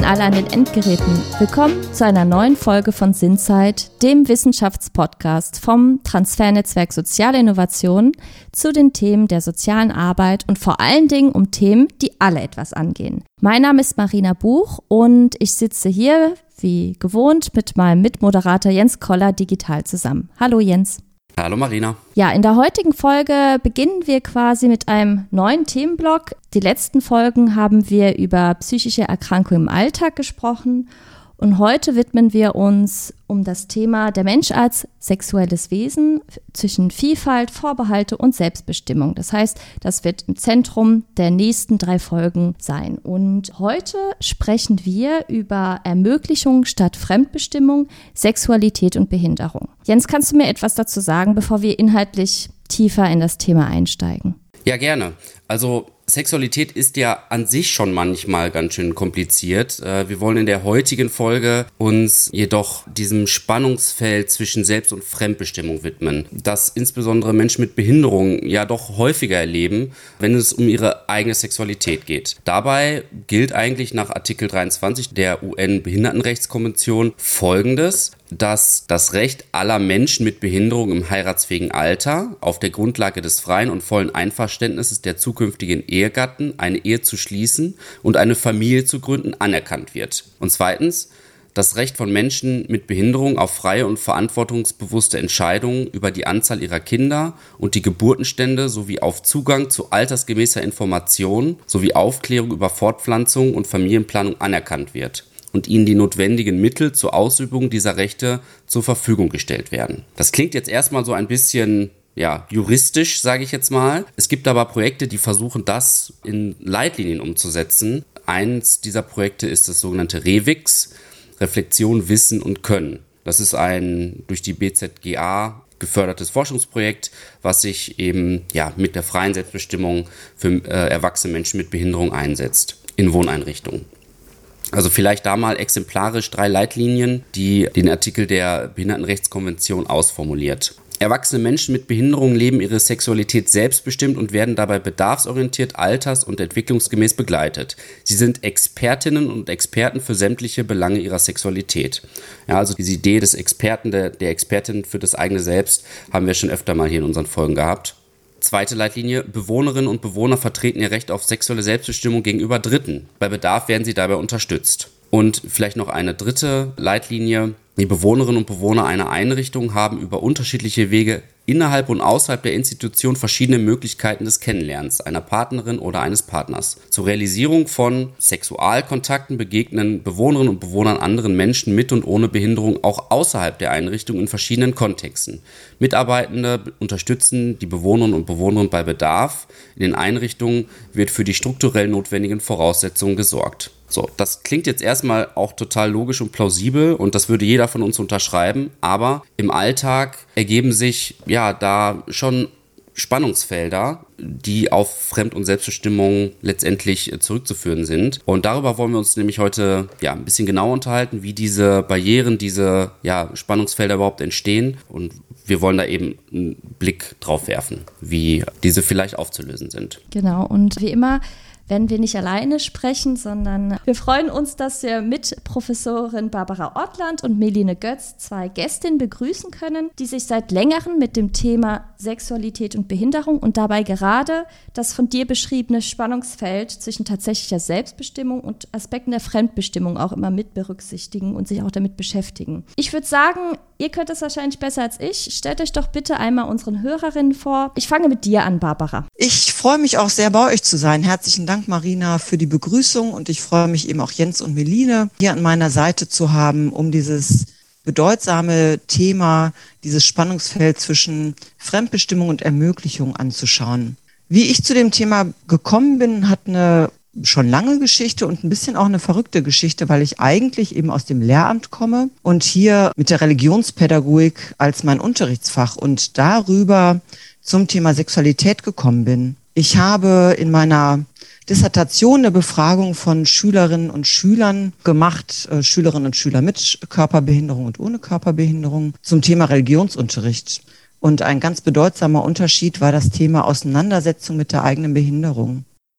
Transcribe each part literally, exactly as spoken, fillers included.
alle an den Endgeräten. Willkommen zu einer neuen Folge von Sinnzeit, dem Wissenschaftspodcast vom Transfernetzwerk Soziale Innovation zu den Themen der sozialen Arbeit und vor allen Dingen um Themen, die alle etwas angehen. Mein Name ist Marina Buch und ich sitze hier, wie gewohnt, mit meinem Mitmoderator Jens Koller digital zusammen. Hallo Jens. Hallo Marina. Ja, in der heutigen Folge beginnen wir quasi mit einem neuen Themenblock. Die letzten Folgen haben wir über psychische Erkrankungen im Alltag gesprochen und heute widmen wir uns um das Thema der Mensch als sexuelles Wesen zwischen Vielfalt, Vorbehalte und Selbstbestimmung. Das heißt, das wird im Zentrum der nächsten drei Folgen sein. Und heute sprechen wir über Ermöglichung statt Fremdbestimmung, Sexualität und Behinderung. Jens, kannst du mir etwas dazu sagen, bevor wir inhaltlich tiefer in das Thema einsteigen? Ja, gerne. Also Sexualität ist ja an sich schon manchmal ganz schön kompliziert. Wir wollen in der heutigen Folge uns jedoch diesem Spannungsfeld zwischen Selbst- und Fremdbestimmung widmen, das insbesondere Menschen mit Behinderung ja doch häufiger erleben, wenn es um ihre eigene Sexualität geht. Dabei gilt eigentlich nach Artikel dreiundzwanzig der U N-Behindertenrechtskonvention Folgendes: dass das Recht aller Menschen mit Behinderung im heiratsfähigen Alter auf der Grundlage des freien und vollen Einverständnisses der zukünftigen Ehegatten eine Ehe zu schließen und eine Familie zu gründen anerkannt wird. Und zweitens, das Recht von Menschen mit Behinderung auf freie und verantwortungsbewusste Entscheidungen über die Anzahl ihrer Kinder und die Geburtenstände sowie auf Zugang zu altersgemäßer Information sowie Aufklärung über Fortpflanzung und Familienplanung anerkannt wird und ihnen die notwendigen Mittel zur Ausübung dieser Rechte zur Verfügung gestellt werden. Das klingt jetzt erstmal so ein bisschen ja, juristisch, sage ich jetzt mal. Es gibt aber Projekte, die versuchen, das in Leitlinien umzusetzen. Eins dieser Projekte ist das sogenannte REWIX, Reflexion, Wissen und Können. Das ist ein durch die B Z G A gefördertes Forschungsprojekt, was sich eben ja mit der freien Selbstbestimmung für äh, erwachsene Menschen mit Behinderung einsetzt in Wohneinrichtungen. Also vielleicht da mal exemplarisch drei Leitlinien, die den Artikel der Behindertenrechtskonvention ausformuliert. Erwachsene Menschen mit Behinderung leben ihre Sexualität selbstbestimmt und werden dabei bedarfsorientiert, alters- und entwicklungsgemäß begleitet. Sie sind Expertinnen und Experten für sämtliche Belange ihrer Sexualität. Ja, also diese Idee des Experten, der, der Expertin für das eigene Selbst haben wir schon öfter mal hier in unseren Folgen gehabt. Zweite Leitlinie: Bewohnerinnen und Bewohner vertreten ihr Recht auf sexuelle Selbstbestimmung gegenüber Dritten. Bei Bedarf werden sie dabei unterstützt. Und vielleicht noch eine dritte Leitlinie: Die Bewohnerinnen und Bewohner einer Einrichtung haben über unterschiedliche Wege innerhalb und außerhalb der Institution verschiedene Möglichkeiten des Kennenlernens einer Partnerin oder eines Partners. Zur Realisierung von Sexualkontakten begegnen Bewohnerinnen und Bewohnern anderen Menschen mit und ohne Behinderung auch außerhalb der Einrichtung in verschiedenen Kontexten. Mitarbeitende unterstützen die Bewohnerinnen und Bewohner bei Bedarf. In den Einrichtungen wird für die strukturell notwendigen Voraussetzungen gesorgt. So, das klingt jetzt erstmal auch total logisch und plausibel und das würde jeder von uns unterschreiben, aber im Alltag ergeben sich ja da schon Spannungsfelder, die auf Fremd- und Selbstbestimmung letztendlich zurückzuführen sind. Und darüber wollen wir uns nämlich heute ja ein bisschen genauer unterhalten, wie diese Barrieren, diese ja, Spannungsfelder überhaupt entstehen. Und wir wollen da eben einen Blick drauf werfen, wie diese vielleicht aufzulösen sind. Genau, und wie immer werden wir nicht alleine sprechen, sondern wir freuen uns, dass wir mit Professorin Barbara Ortland und Meline Götz zwei Gästinnen begrüßen können, die sich seit längerem mit dem Thema Sexualität und Behinderung und dabei gerade das von dir beschriebene Spannungsfeld zwischen tatsächlicher Selbstbestimmung und Aspekten der Fremdbestimmung auch immer mit berücksichtigen und sich auch damit beschäftigen. Ich würde sagen, ihr könnt das wahrscheinlich besser als ich. Stellt euch doch bitte einmal unseren Hörerinnen vor. Ich fange mit dir an, Barbara. Ich freue mich auch sehr, bei euch zu sein. Herzlichen Dank, Marina, für die Begrüßung und ich freue mich eben auch, Jens und Meline hier an meiner Seite zu haben, um dieses bedeutsame Thema, dieses Spannungsfeld zwischen Fremdbestimmung und Ermöglichung anzuschauen. Wie ich zu dem Thema gekommen bin, hat eine schon lange Geschichte und ein bisschen auch eine verrückte Geschichte, weil ich eigentlich eben aus dem Lehramt komme und hier mit der Religionspädagogik als mein Unterrichtsfach und darüber zum Thema Sexualität gekommen bin. Ich habe in meiner Dissertation eine Befragung von Schülerinnen und Schülern gemacht, äh, Schülerinnen und Schüler mit Körperbehinderung und ohne Körperbehinderung, zum Thema Religionsunterricht. Und ein ganz bedeutsamer Unterschied war das Thema Auseinandersetzung mit der eigenen Behinderung.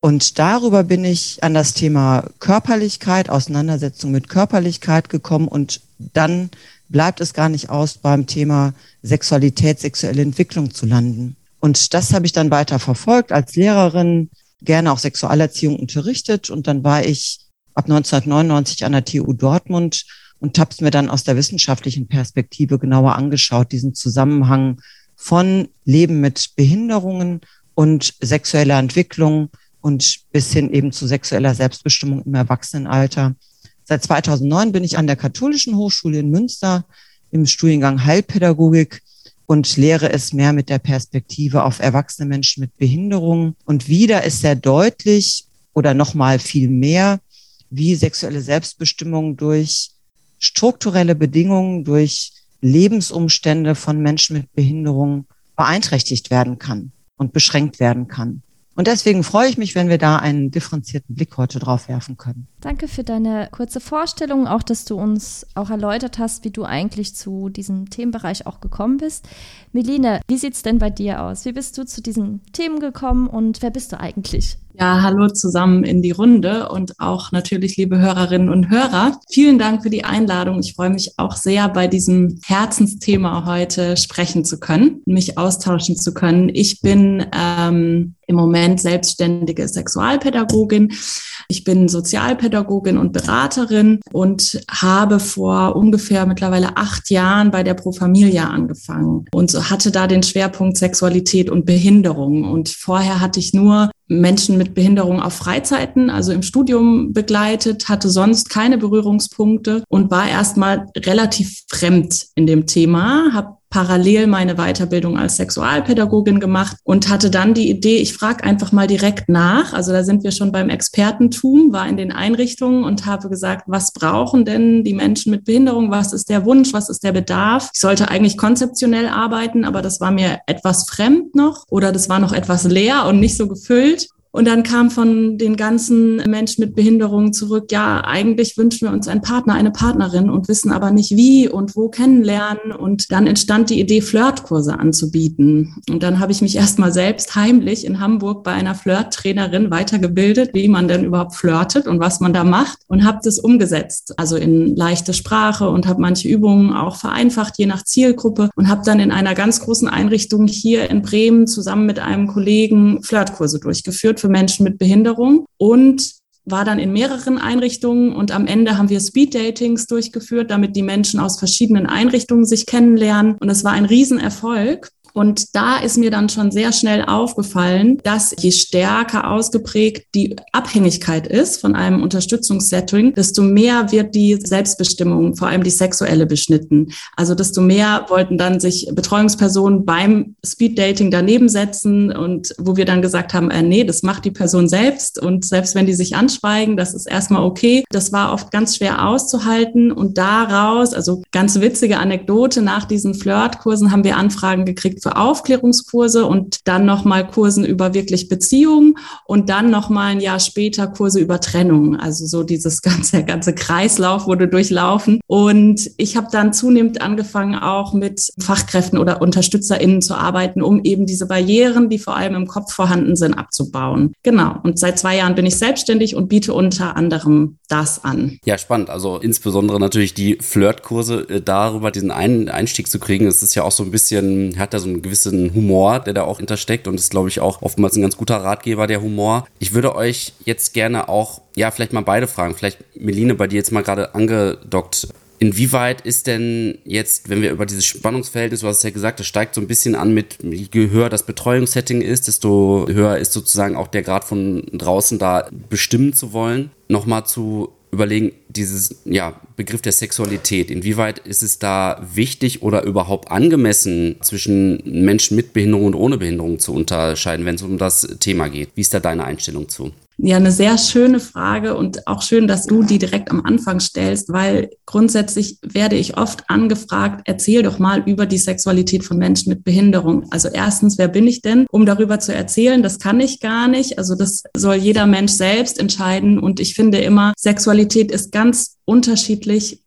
Und darüber bin ich an das Thema Körperlichkeit, Auseinandersetzung mit Körperlichkeit gekommen und dann bleibt es gar nicht aus, beim Thema Sexualität, sexuelle Entwicklung zu landen. Und das habe ich dann weiter verfolgt als Lehrerin, gerne auch Sexualerziehung unterrichtet und dann war ich ab neunzehnhundertneunundneunzig an der T U Dortmund und habe es mir dann aus der wissenschaftlichen Perspektive genauer angeschaut, diesen Zusammenhang von Leben mit Behinderungen und sexueller Entwicklung und bis hin eben zu sexueller Selbstbestimmung im Erwachsenenalter. Seit zweitausendneun bin ich an der Katholischen Hochschule in Münster im Studiengang Heilpädagogik und lehre es mehr mit der Perspektive auf erwachsene Menschen mit Behinderungen. Und wieder ist sehr deutlich oder nochmal viel mehr, wie sexuelle Selbstbestimmung durch strukturelle Bedingungen, durch Lebensumstände von Menschen mit Behinderung beeinträchtigt werden kann und beschränkt werden kann. Und deswegen freue ich mich, wenn wir da einen differenzierten Blick heute drauf werfen können. Danke für deine kurze Vorstellung, auch dass du uns auch erläutert hast, wie du eigentlich zu diesem Themenbereich auch gekommen bist. Meline, wie sieht's denn bei dir aus? Wie bist du zu diesen Themen gekommen und wer bist du eigentlich? Ja, hallo zusammen in die Runde und auch natürlich liebe Hörerinnen und Hörer. Vielen Dank für die Einladung. Ich freue mich auch sehr, bei diesem Herzensthema heute sprechen zu können, mich austauschen zu können. Ich bin ähm, im Moment selbstständige Sexualpädagogin. Ich bin Sozialpädagogin und Beraterin und habe vor ungefähr mittlerweile acht Jahren bei der Pro Familia angefangen und so hatte da den Schwerpunkt Sexualität und Behinderung. Und vorher hatte ich nur Menschen mit Behinderung auf Freizeiten, also im Studium begleitet, hatte sonst keine Berührungspunkte und war erstmal relativ fremd in dem Thema, habe parallel meine Weiterbildung als Sexualpädagogin gemacht und hatte dann die Idee, ich frage einfach mal direkt nach. Also da sind wir schon beim Expertentum, war in den Einrichtungen und habe gesagt, was brauchen denn die Menschen mit Behinderung? Was ist der Wunsch? Was ist der Bedarf? Ich sollte eigentlich konzeptionell arbeiten, aber das war mir etwas fremd noch oder das war noch etwas leer und nicht so gefüllt. Und dann kam von den ganzen Menschen mit Behinderungen zurück, ja, eigentlich wünschen wir uns einen Partner, eine Partnerin und wissen aber nicht wie und wo kennenlernen. Und dann entstand die Idee, Flirtkurse anzubieten. Und dann habe ich mich erstmal selbst heimlich in Hamburg bei einer Flirttrainerin weitergebildet, wie man denn überhaupt flirtet und was man da macht und habe das umgesetzt, also in leichte Sprache und habe manche Übungen auch vereinfacht, je nach Zielgruppe und habe dann in einer ganz großen Einrichtung hier in Bremen zusammen mit einem Kollegen Flirtkurse durchgeführt für Menschen mit Behinderung und war dann in mehreren Einrichtungen und am Ende haben wir Speed-Datings durchgeführt, damit die Menschen aus verschiedenen Einrichtungen sich kennenlernen und es war ein Riesenerfolg. Und da ist mir dann schon sehr schnell aufgefallen, dass je stärker ausgeprägt die Abhängigkeit ist von einem Unterstützungssetting, desto mehr wird die Selbstbestimmung, vor allem die sexuelle, beschnitten. Also desto mehr wollten dann sich Betreuungspersonen beim Speeddating daneben setzen und wo wir dann gesagt haben, äh, nee, das macht die Person selbst und selbst wenn die sich anschweigen, das ist erstmal okay. Das war oft ganz schwer auszuhalten und daraus, also ganz witzige Anekdote, nach diesen Flirtkursen haben wir Anfragen gekriegt für Aufklärungskurse und dann nochmal Kursen über wirklich Beziehungen und dann nochmal ein Jahr später Kurse über Trennung. Also so dieses ganze, ganze Kreislauf wurde durchlaufen. Und ich habe dann zunehmend angefangen, auch mit Fachkräften oder UnterstützerInnen zu arbeiten, um eben diese Barrieren, die vor allem im Kopf vorhanden sind, abzubauen. Genau. Und seit zwei Jahren bin ich selbstständig und biete unter anderem das an. Ja, spannend. Also insbesondere natürlich die Flirtkurse, äh, darüber diesen einen Einstieg zu kriegen. Das ist ja auch so ein bisschen, hat da so einen gewissen Humor, der da auch hintersteckt und ist, glaube ich, auch oftmals ein ganz guter Ratgeber, der Humor. Ich würde euch jetzt gerne auch, ja, vielleicht mal beide fragen, vielleicht Meline, bei dir jetzt mal gerade angedockt. Inwieweit ist denn jetzt, wenn wir über dieses Spannungsverhältnis, du hast es ja gesagt, das steigt so ein bisschen an mit, je höher das Betreuungssetting ist, desto höher ist sozusagen auch der Grad von draußen da bestimmen zu wollen. Nochmal zu überlegen, dieses ja, Begriff der Sexualität, inwieweit ist es da wichtig oder überhaupt angemessen, zwischen Menschen mit Behinderung und ohne Behinderung zu unterscheiden, wenn es um das Thema geht? Wie ist da deine Einstellung zu? Ja, eine sehr schöne Frage und auch schön, dass du die direkt am Anfang stellst, weil grundsätzlich werde ich oft angefragt, erzähl doch mal über die Sexualität von Menschen mit Behinderung. Also erstens, wer bin ich denn, um darüber zu erzählen? Das kann ich gar nicht. Also das soll jeder Mensch selbst entscheiden und ich finde immer, Sexualität ist ganz unterschiedlich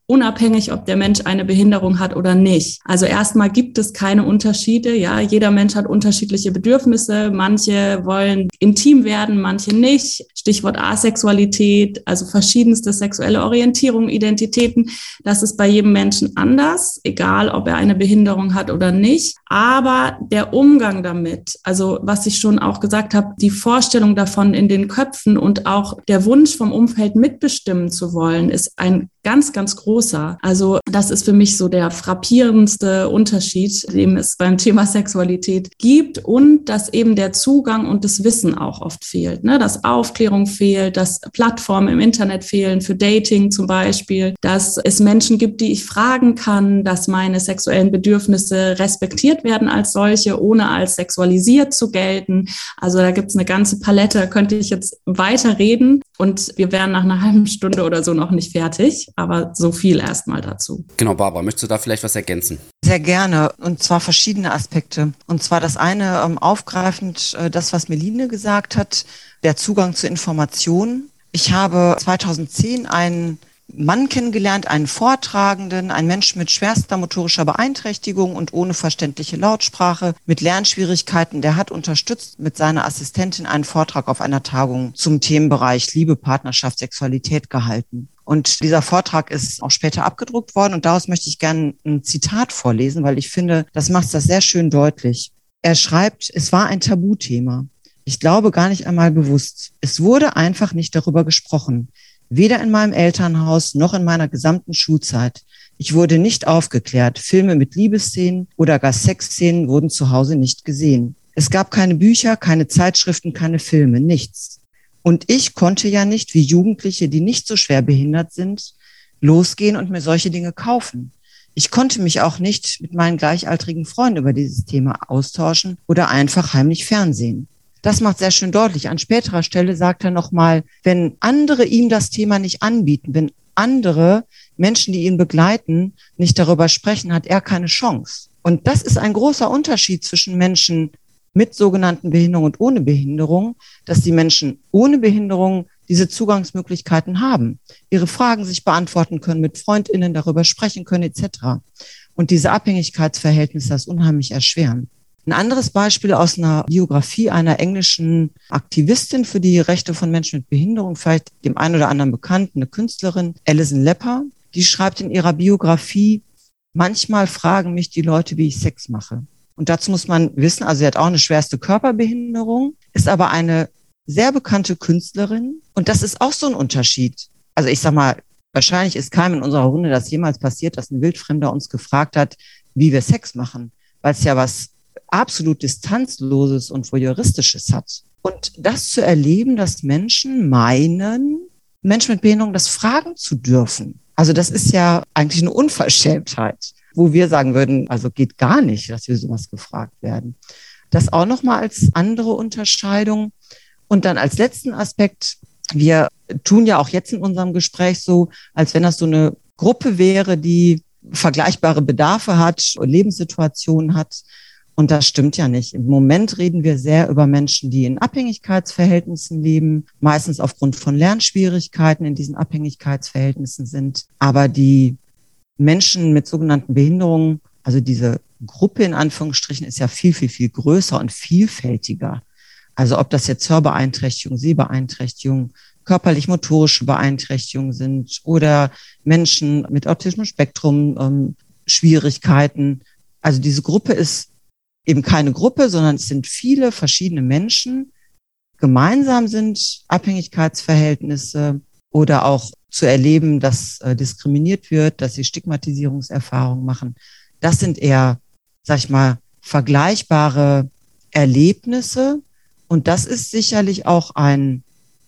unabhängig, ob der Mensch eine Behinderung hat oder nicht. Also erstmal gibt es keine Unterschiede. Ja, jeder Mensch hat unterschiedliche Bedürfnisse. Manche wollen intim werden, manche nicht. Stichwort Asexualität, also verschiedenste sexuelle Orientierung, Identitäten. Das ist bei jedem Menschen anders, egal ob er eine Behinderung hat oder nicht. Aber der Umgang damit, also was ich schon auch gesagt habe, die Vorstellung davon in den Köpfen und auch der Wunsch vom Umfeld mitbestimmen zu wollen, ist ein ganz, ganz großer. Also das ist für mich so der frappierendste Unterschied, den es beim Thema Sexualität gibt, und dass eben der Zugang und das Wissen auch oft fehlt, ne? Dass Aufklärung fehlt, dass Plattformen im Internet fehlen für Dating zum Beispiel, dass es Menschen gibt, die ich fragen kann, dass meine sexuellen Bedürfnisse respektiert werden als solche, ohne als sexualisiert zu gelten. Also da gibt es eine ganze Palette, da könnte ich jetzt weiter reden und wir wären nach einer halben Stunde oder so noch nicht fertig. Aber so viel erstmal dazu. Genau, Barbara, möchtest du da vielleicht was ergänzen? Sehr gerne, und zwar verschiedene Aspekte. Und zwar das eine, ähm, aufgreifend äh, das, was Meline gesagt hat, der Zugang zu Informationen. Ich habe zweitausendzehn einen Mann kennengelernt, einen Vortragenden, einen Menschen mit schwerster motorischer Beeinträchtigung und ohne verständliche Lautsprache, mit Lernschwierigkeiten. Der hat unterstützt mit seiner Assistentin einen Vortrag auf einer Tagung zum Themenbereich Liebe, Partnerschaft, Sexualität gehalten. Und dieser Vortrag ist auch später abgedruckt worden, und daraus möchte ich gerne ein Zitat vorlesen, weil ich finde, das macht das sehr schön deutlich. Er schreibt, es war ein Tabuthema. Ich glaube gar nicht einmal bewusst. Es wurde einfach nicht darüber gesprochen. Weder in meinem Elternhaus noch in meiner gesamten Schulzeit. Ich wurde nicht aufgeklärt. Filme mit Liebesszenen oder gar Sexszenen wurden zu Hause nicht gesehen. Es gab keine Bücher, keine Zeitschriften, keine Filme, nichts. Und ich konnte ja nicht, wie Jugendliche, die nicht so schwer behindert sind, losgehen und mir solche Dinge kaufen. Ich konnte mich auch nicht mit meinen gleichaltrigen Freunden über dieses Thema austauschen oder einfach heimlich fernsehen. Das macht sehr schön deutlich. An späterer Stelle sagt er nochmal, wenn andere ihm das Thema nicht anbieten, wenn andere Menschen, die ihn begleiten, nicht darüber sprechen, hat er keine Chance. Und das ist ein großer Unterschied zwischen Menschen mit sogenannten Behinderung und ohne Behinderung, dass die Menschen ohne Behinderung diese Zugangsmöglichkeiten haben, ihre Fragen sich beantworten können, mit FreundInnen darüber sprechen können et cetera. Und diese Abhängigkeitsverhältnisse das unheimlich erschweren. Ein anderes Beispiel aus einer Biografie einer englischen Aktivistin für die Rechte von Menschen mit Behinderung, vielleicht dem einen oder anderen bekannt, eine Künstlerin, Alison Lepper, die schreibt in ihrer Biografie, manchmal fragen mich die Leute, wie ich Sex mache. Und dazu muss man wissen, also sie hat auch eine schwerste Körperbehinderung, ist aber eine sehr bekannte Künstlerin. Und das ist auch so ein Unterschied. Also ich sag mal, wahrscheinlich ist keinem in unserer Runde das jemals passiert, dass ein Wildfremder uns gefragt hat, wie wir Sex machen, weil es ja was absolut Distanzloses und Voyeuristisches hat. Und das zu erleben, dass Menschen meinen, Menschen mit Behinderung das fragen zu dürfen. Also das ist ja eigentlich eine Unverschämtheit, wo wir sagen würden, also geht gar nicht, dass wir sowas gefragt werden. Das auch nochmal als andere Unterscheidung. Und dann als letzten Aspekt, wir tun ja auch jetzt in unserem Gespräch so, als wenn das so eine Gruppe wäre, die vergleichbare Bedarfe hat, Lebenssituationen hat. Und das stimmt ja nicht. Im Moment reden wir sehr über Menschen, die in Abhängigkeitsverhältnissen leben, meistens aufgrund von Lernschwierigkeiten in diesen Abhängigkeitsverhältnissen sind. Aber die Menschen mit sogenannten Behinderungen, also diese Gruppe in Anführungsstrichen, ist ja viel, viel, viel größer und vielfältiger. Also ob das jetzt Hörbeeinträchtigung, Sehbeeinträchtigung, körperlich-motorische Beeinträchtigungen sind oder Menschen mit autistischem Spektrum, ähm, Schwierigkeiten. Also diese Gruppe ist eben keine Gruppe, sondern es sind viele verschiedene Menschen. Gemeinsam sind Abhängigkeitsverhältnisse oder auch zu erleben, dass äh, diskriminiert wird, dass sie Stigmatisierungserfahrungen machen. Das sind eher, sag ich mal, vergleichbare Erlebnisse. Und das ist sicherlich auch ein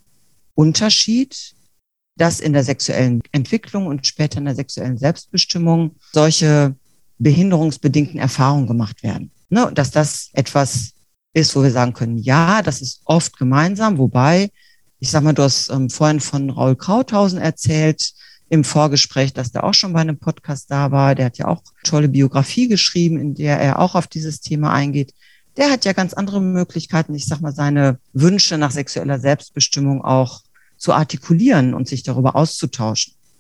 Unterschied, dass in der sexuellen Entwicklung und später in der sexuellen Selbstbestimmung solche behinderungsbedingten Erfahrungen gemacht werden. Ne, dass das etwas ist, wo wir sagen können, ja, das ist oft gemeinsam, wobei, ich sag mal, du hast ähm, vorhin von Raul Krauthausen erzählt im Vorgespräch, dass der auch schon bei einem Podcast da war. Der hat ja auch eine tolle Biografie geschrieben, in der er auch auf dieses Thema eingeht. Der hat ja ganz andere Möglichkeiten, ich sag mal, seine Wünsche nach sexueller Selbstbestimmung auch zu artikulieren und sich darüber auszutauschen.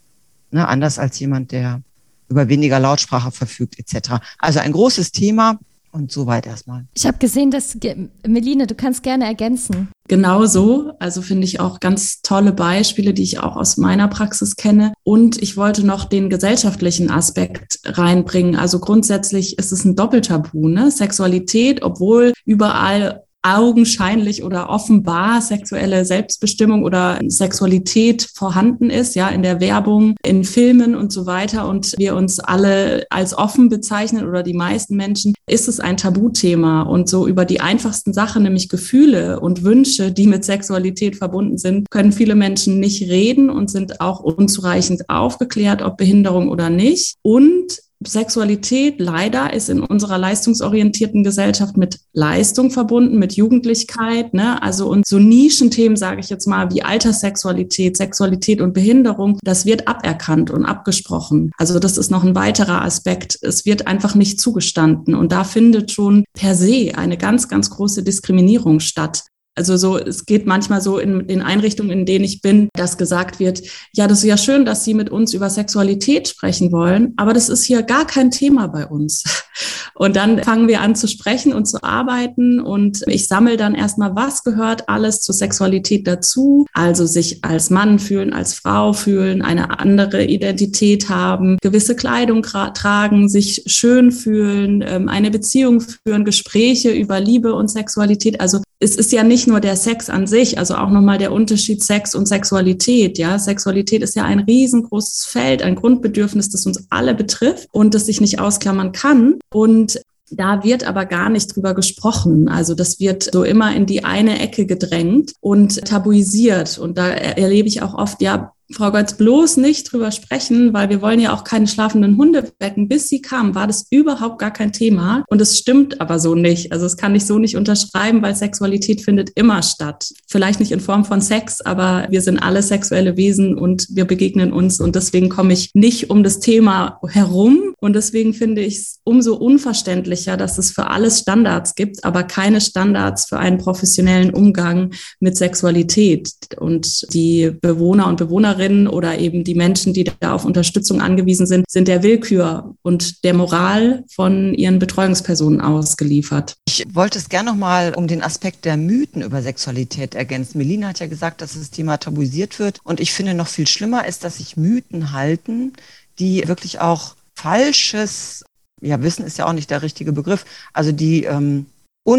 ne? Anders als jemand, der über weniger Lautsprache verfügt et cetera. Also ein großes Thema und soweit erstmal. Ich habe gesehen, dass, Meline, du kannst gerne ergänzen. Genau so, also finde ich auch ganz tolle Beispiele, die ich auch aus meiner Praxis kenne. Und ich wollte noch den gesellschaftlichen Aspekt reinbringen. Also grundsätzlich ist es ein Doppeltabu, ne? Sexualität, obwohl überall augenscheinlich oder offenbar sexuelle Selbstbestimmung oder Sexualität vorhanden ist, ja, in der Werbung, in Filmen und so weiter, und wir uns alle als offen bezeichnen oder die meisten Menschen, ist es ein Tabuthema. Und so über die einfachsten Sachen, nämlich Gefühle und Wünsche, die mit Sexualität verbunden sind, können viele Menschen nicht reden und sind auch unzureichend aufgeklärt, ob Behinderung oder nicht. Und Sexualität leider ist in unserer leistungsorientierten Gesellschaft mit Leistung verbunden, mit Jugendlichkeit, ne? Also und so Nischenthemen, sage ich jetzt mal, wie Alterssexualität, Sexualität und Behinderung, das wird aberkannt und abgesprochen. Also das ist noch ein weiterer Aspekt. Es wird einfach nicht zugestanden und da findet schon per se eine ganz, ganz große Diskriminierung statt. Also so, es geht manchmal so in den Einrichtungen, in denen ich bin, dass gesagt wird, ja, das ist ja schön, dass Sie mit uns über Sexualität sprechen wollen, aber das ist hier gar kein Thema bei uns. Und dann fangen wir an zu sprechen und zu arbeiten und ich sammle dann erstmal, was gehört alles zur Sexualität dazu? Also sich als Mann fühlen, als Frau fühlen, eine andere Identität haben, gewisse Kleidung tragen, sich schön fühlen, eine Beziehung führen, Gespräche über Liebe und Sexualität. Also es ist ja nicht nur der Sex an sich, also auch nochmal der Unterschied Sex und Sexualität. Ja, Sexualität ist ja ein riesengroßes Feld, ein Grundbedürfnis, das uns alle betrifft und das sich nicht ausklammern kann. Und da wird aber gar nicht drüber gesprochen. Also das wird so immer in die eine Ecke gedrängt und tabuisiert. Und da erlebe ich auch oft, ja, Frau Goetz, bloß nicht drüber sprechen, weil wir wollen ja auch keine schlafenden Hunde wecken. Bis sie kam, war das überhaupt gar kein Thema. Und es stimmt aber so nicht. Also das kann ich so nicht unterschreiben, weil Sexualität findet immer statt. Vielleicht nicht in Form von Sex, aber wir sind alle sexuelle Wesen und wir begegnen uns. Und deswegen komme ich nicht um das Thema herum. Und deswegen finde ich es umso unverständlicher, dass es für alles Standards gibt, aber keine Standards für einen professionellen Umgang mit Sexualität. Und die Bewohner und Bewohnerinnen oder eben die Menschen, die da auf Unterstützung angewiesen sind, sind der Willkür und der Moral von ihren Betreuungspersonen ausgeliefert. Ich wollte es gerne nochmal um den Aspekt der Mythen über Sexualität ergänzen. Meline hat ja gesagt, dass das Thema tabuisiert wird. Und ich finde, noch viel schlimmer ist, dass sich Mythen halten, die wirklich auch falsches, ja, Wissen ist ja auch nicht der richtige Begriff, also die ähm,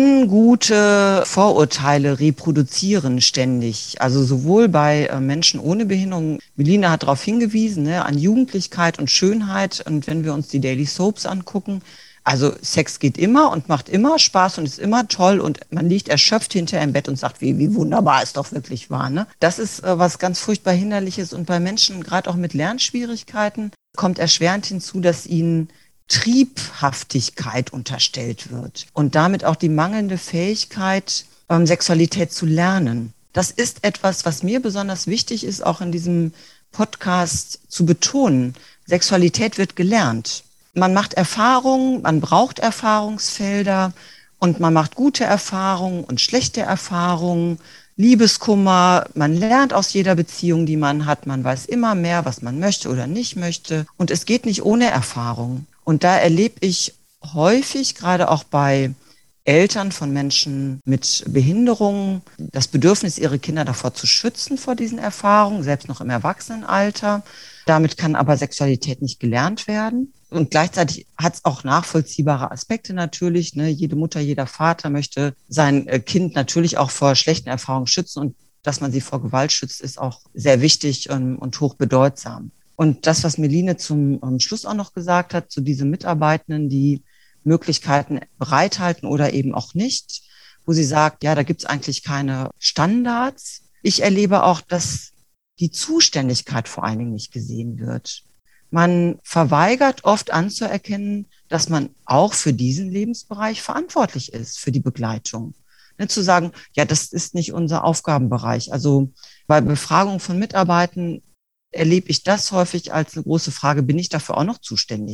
ungute Vorurteile reproduzieren ständig. Also sowohl bei äh, Menschen ohne Behinderung, Meline hat darauf hingewiesen, ne, an Jugendlichkeit und Schönheit. Und wenn wir uns die Daily Soaps angucken, also Sex geht immer und macht immer Spaß und ist immer toll und man liegt erschöpft hinterher im Bett und sagt, wie, wie wunderbar es doch wirklich war. Ne? Das ist äh, was ganz furchtbar Hinderliches und bei Menschen, gerade auch mit Lernschwierigkeiten, kommt erschwerend hinzu, dass ihnen Triebhaftigkeit unterstellt wird und damit auch die mangelnde Fähigkeit, ähm, Sexualität zu lernen. Das ist etwas, was mir besonders wichtig ist, auch in diesem Podcast zu betonen. Sexualität wird gelernt. Man macht Erfahrungen, man braucht Erfahrungsfelder und man macht gute Erfahrungen und schlechte Erfahrungen, Liebeskummer, man lernt aus jeder Beziehung, die man hat, man weiß immer mehr, was man möchte oder nicht möchte und es geht nicht ohne Erfahrung. Und da erlebe ich häufig, gerade auch bei Eltern von Menschen mit Behinderungen, das Bedürfnis, ihre Kinder davor zu schützen, vor diesen Erfahrungen, selbst noch im Erwachsenenalter. Damit kann aber Sexualität nicht gelernt werden. Und gleichzeitig hat es auch nachvollziehbare Aspekte natürlich. Ne? Jede Mutter, jeder Vater möchte sein Kind natürlich auch vor schlechten Erfahrungen schützen. Und dass man sie vor Gewalt schützt, ist auch sehr wichtig und, und hochbedeutsam. Und das, was Meline zum um, Schluss auch noch gesagt hat, zu diesen Mitarbeitenden, die Möglichkeiten bereithalten oder eben auch nicht, wo sie sagt, ja, da gibt es eigentlich keine Standards. Ich erlebe auch, dass die Zuständigkeit vor allen Dingen nicht gesehen wird. Man verweigert oft anzuerkennen, dass man auch für diesen Lebensbereich verantwortlich ist, für die Begleitung. Ne, zu sagen, ja, das ist nicht unser Aufgabenbereich. Also bei Befragung von Mitarbeitern erlebe ich das häufig als eine große Frage, bin ich dafür auch noch zuständig?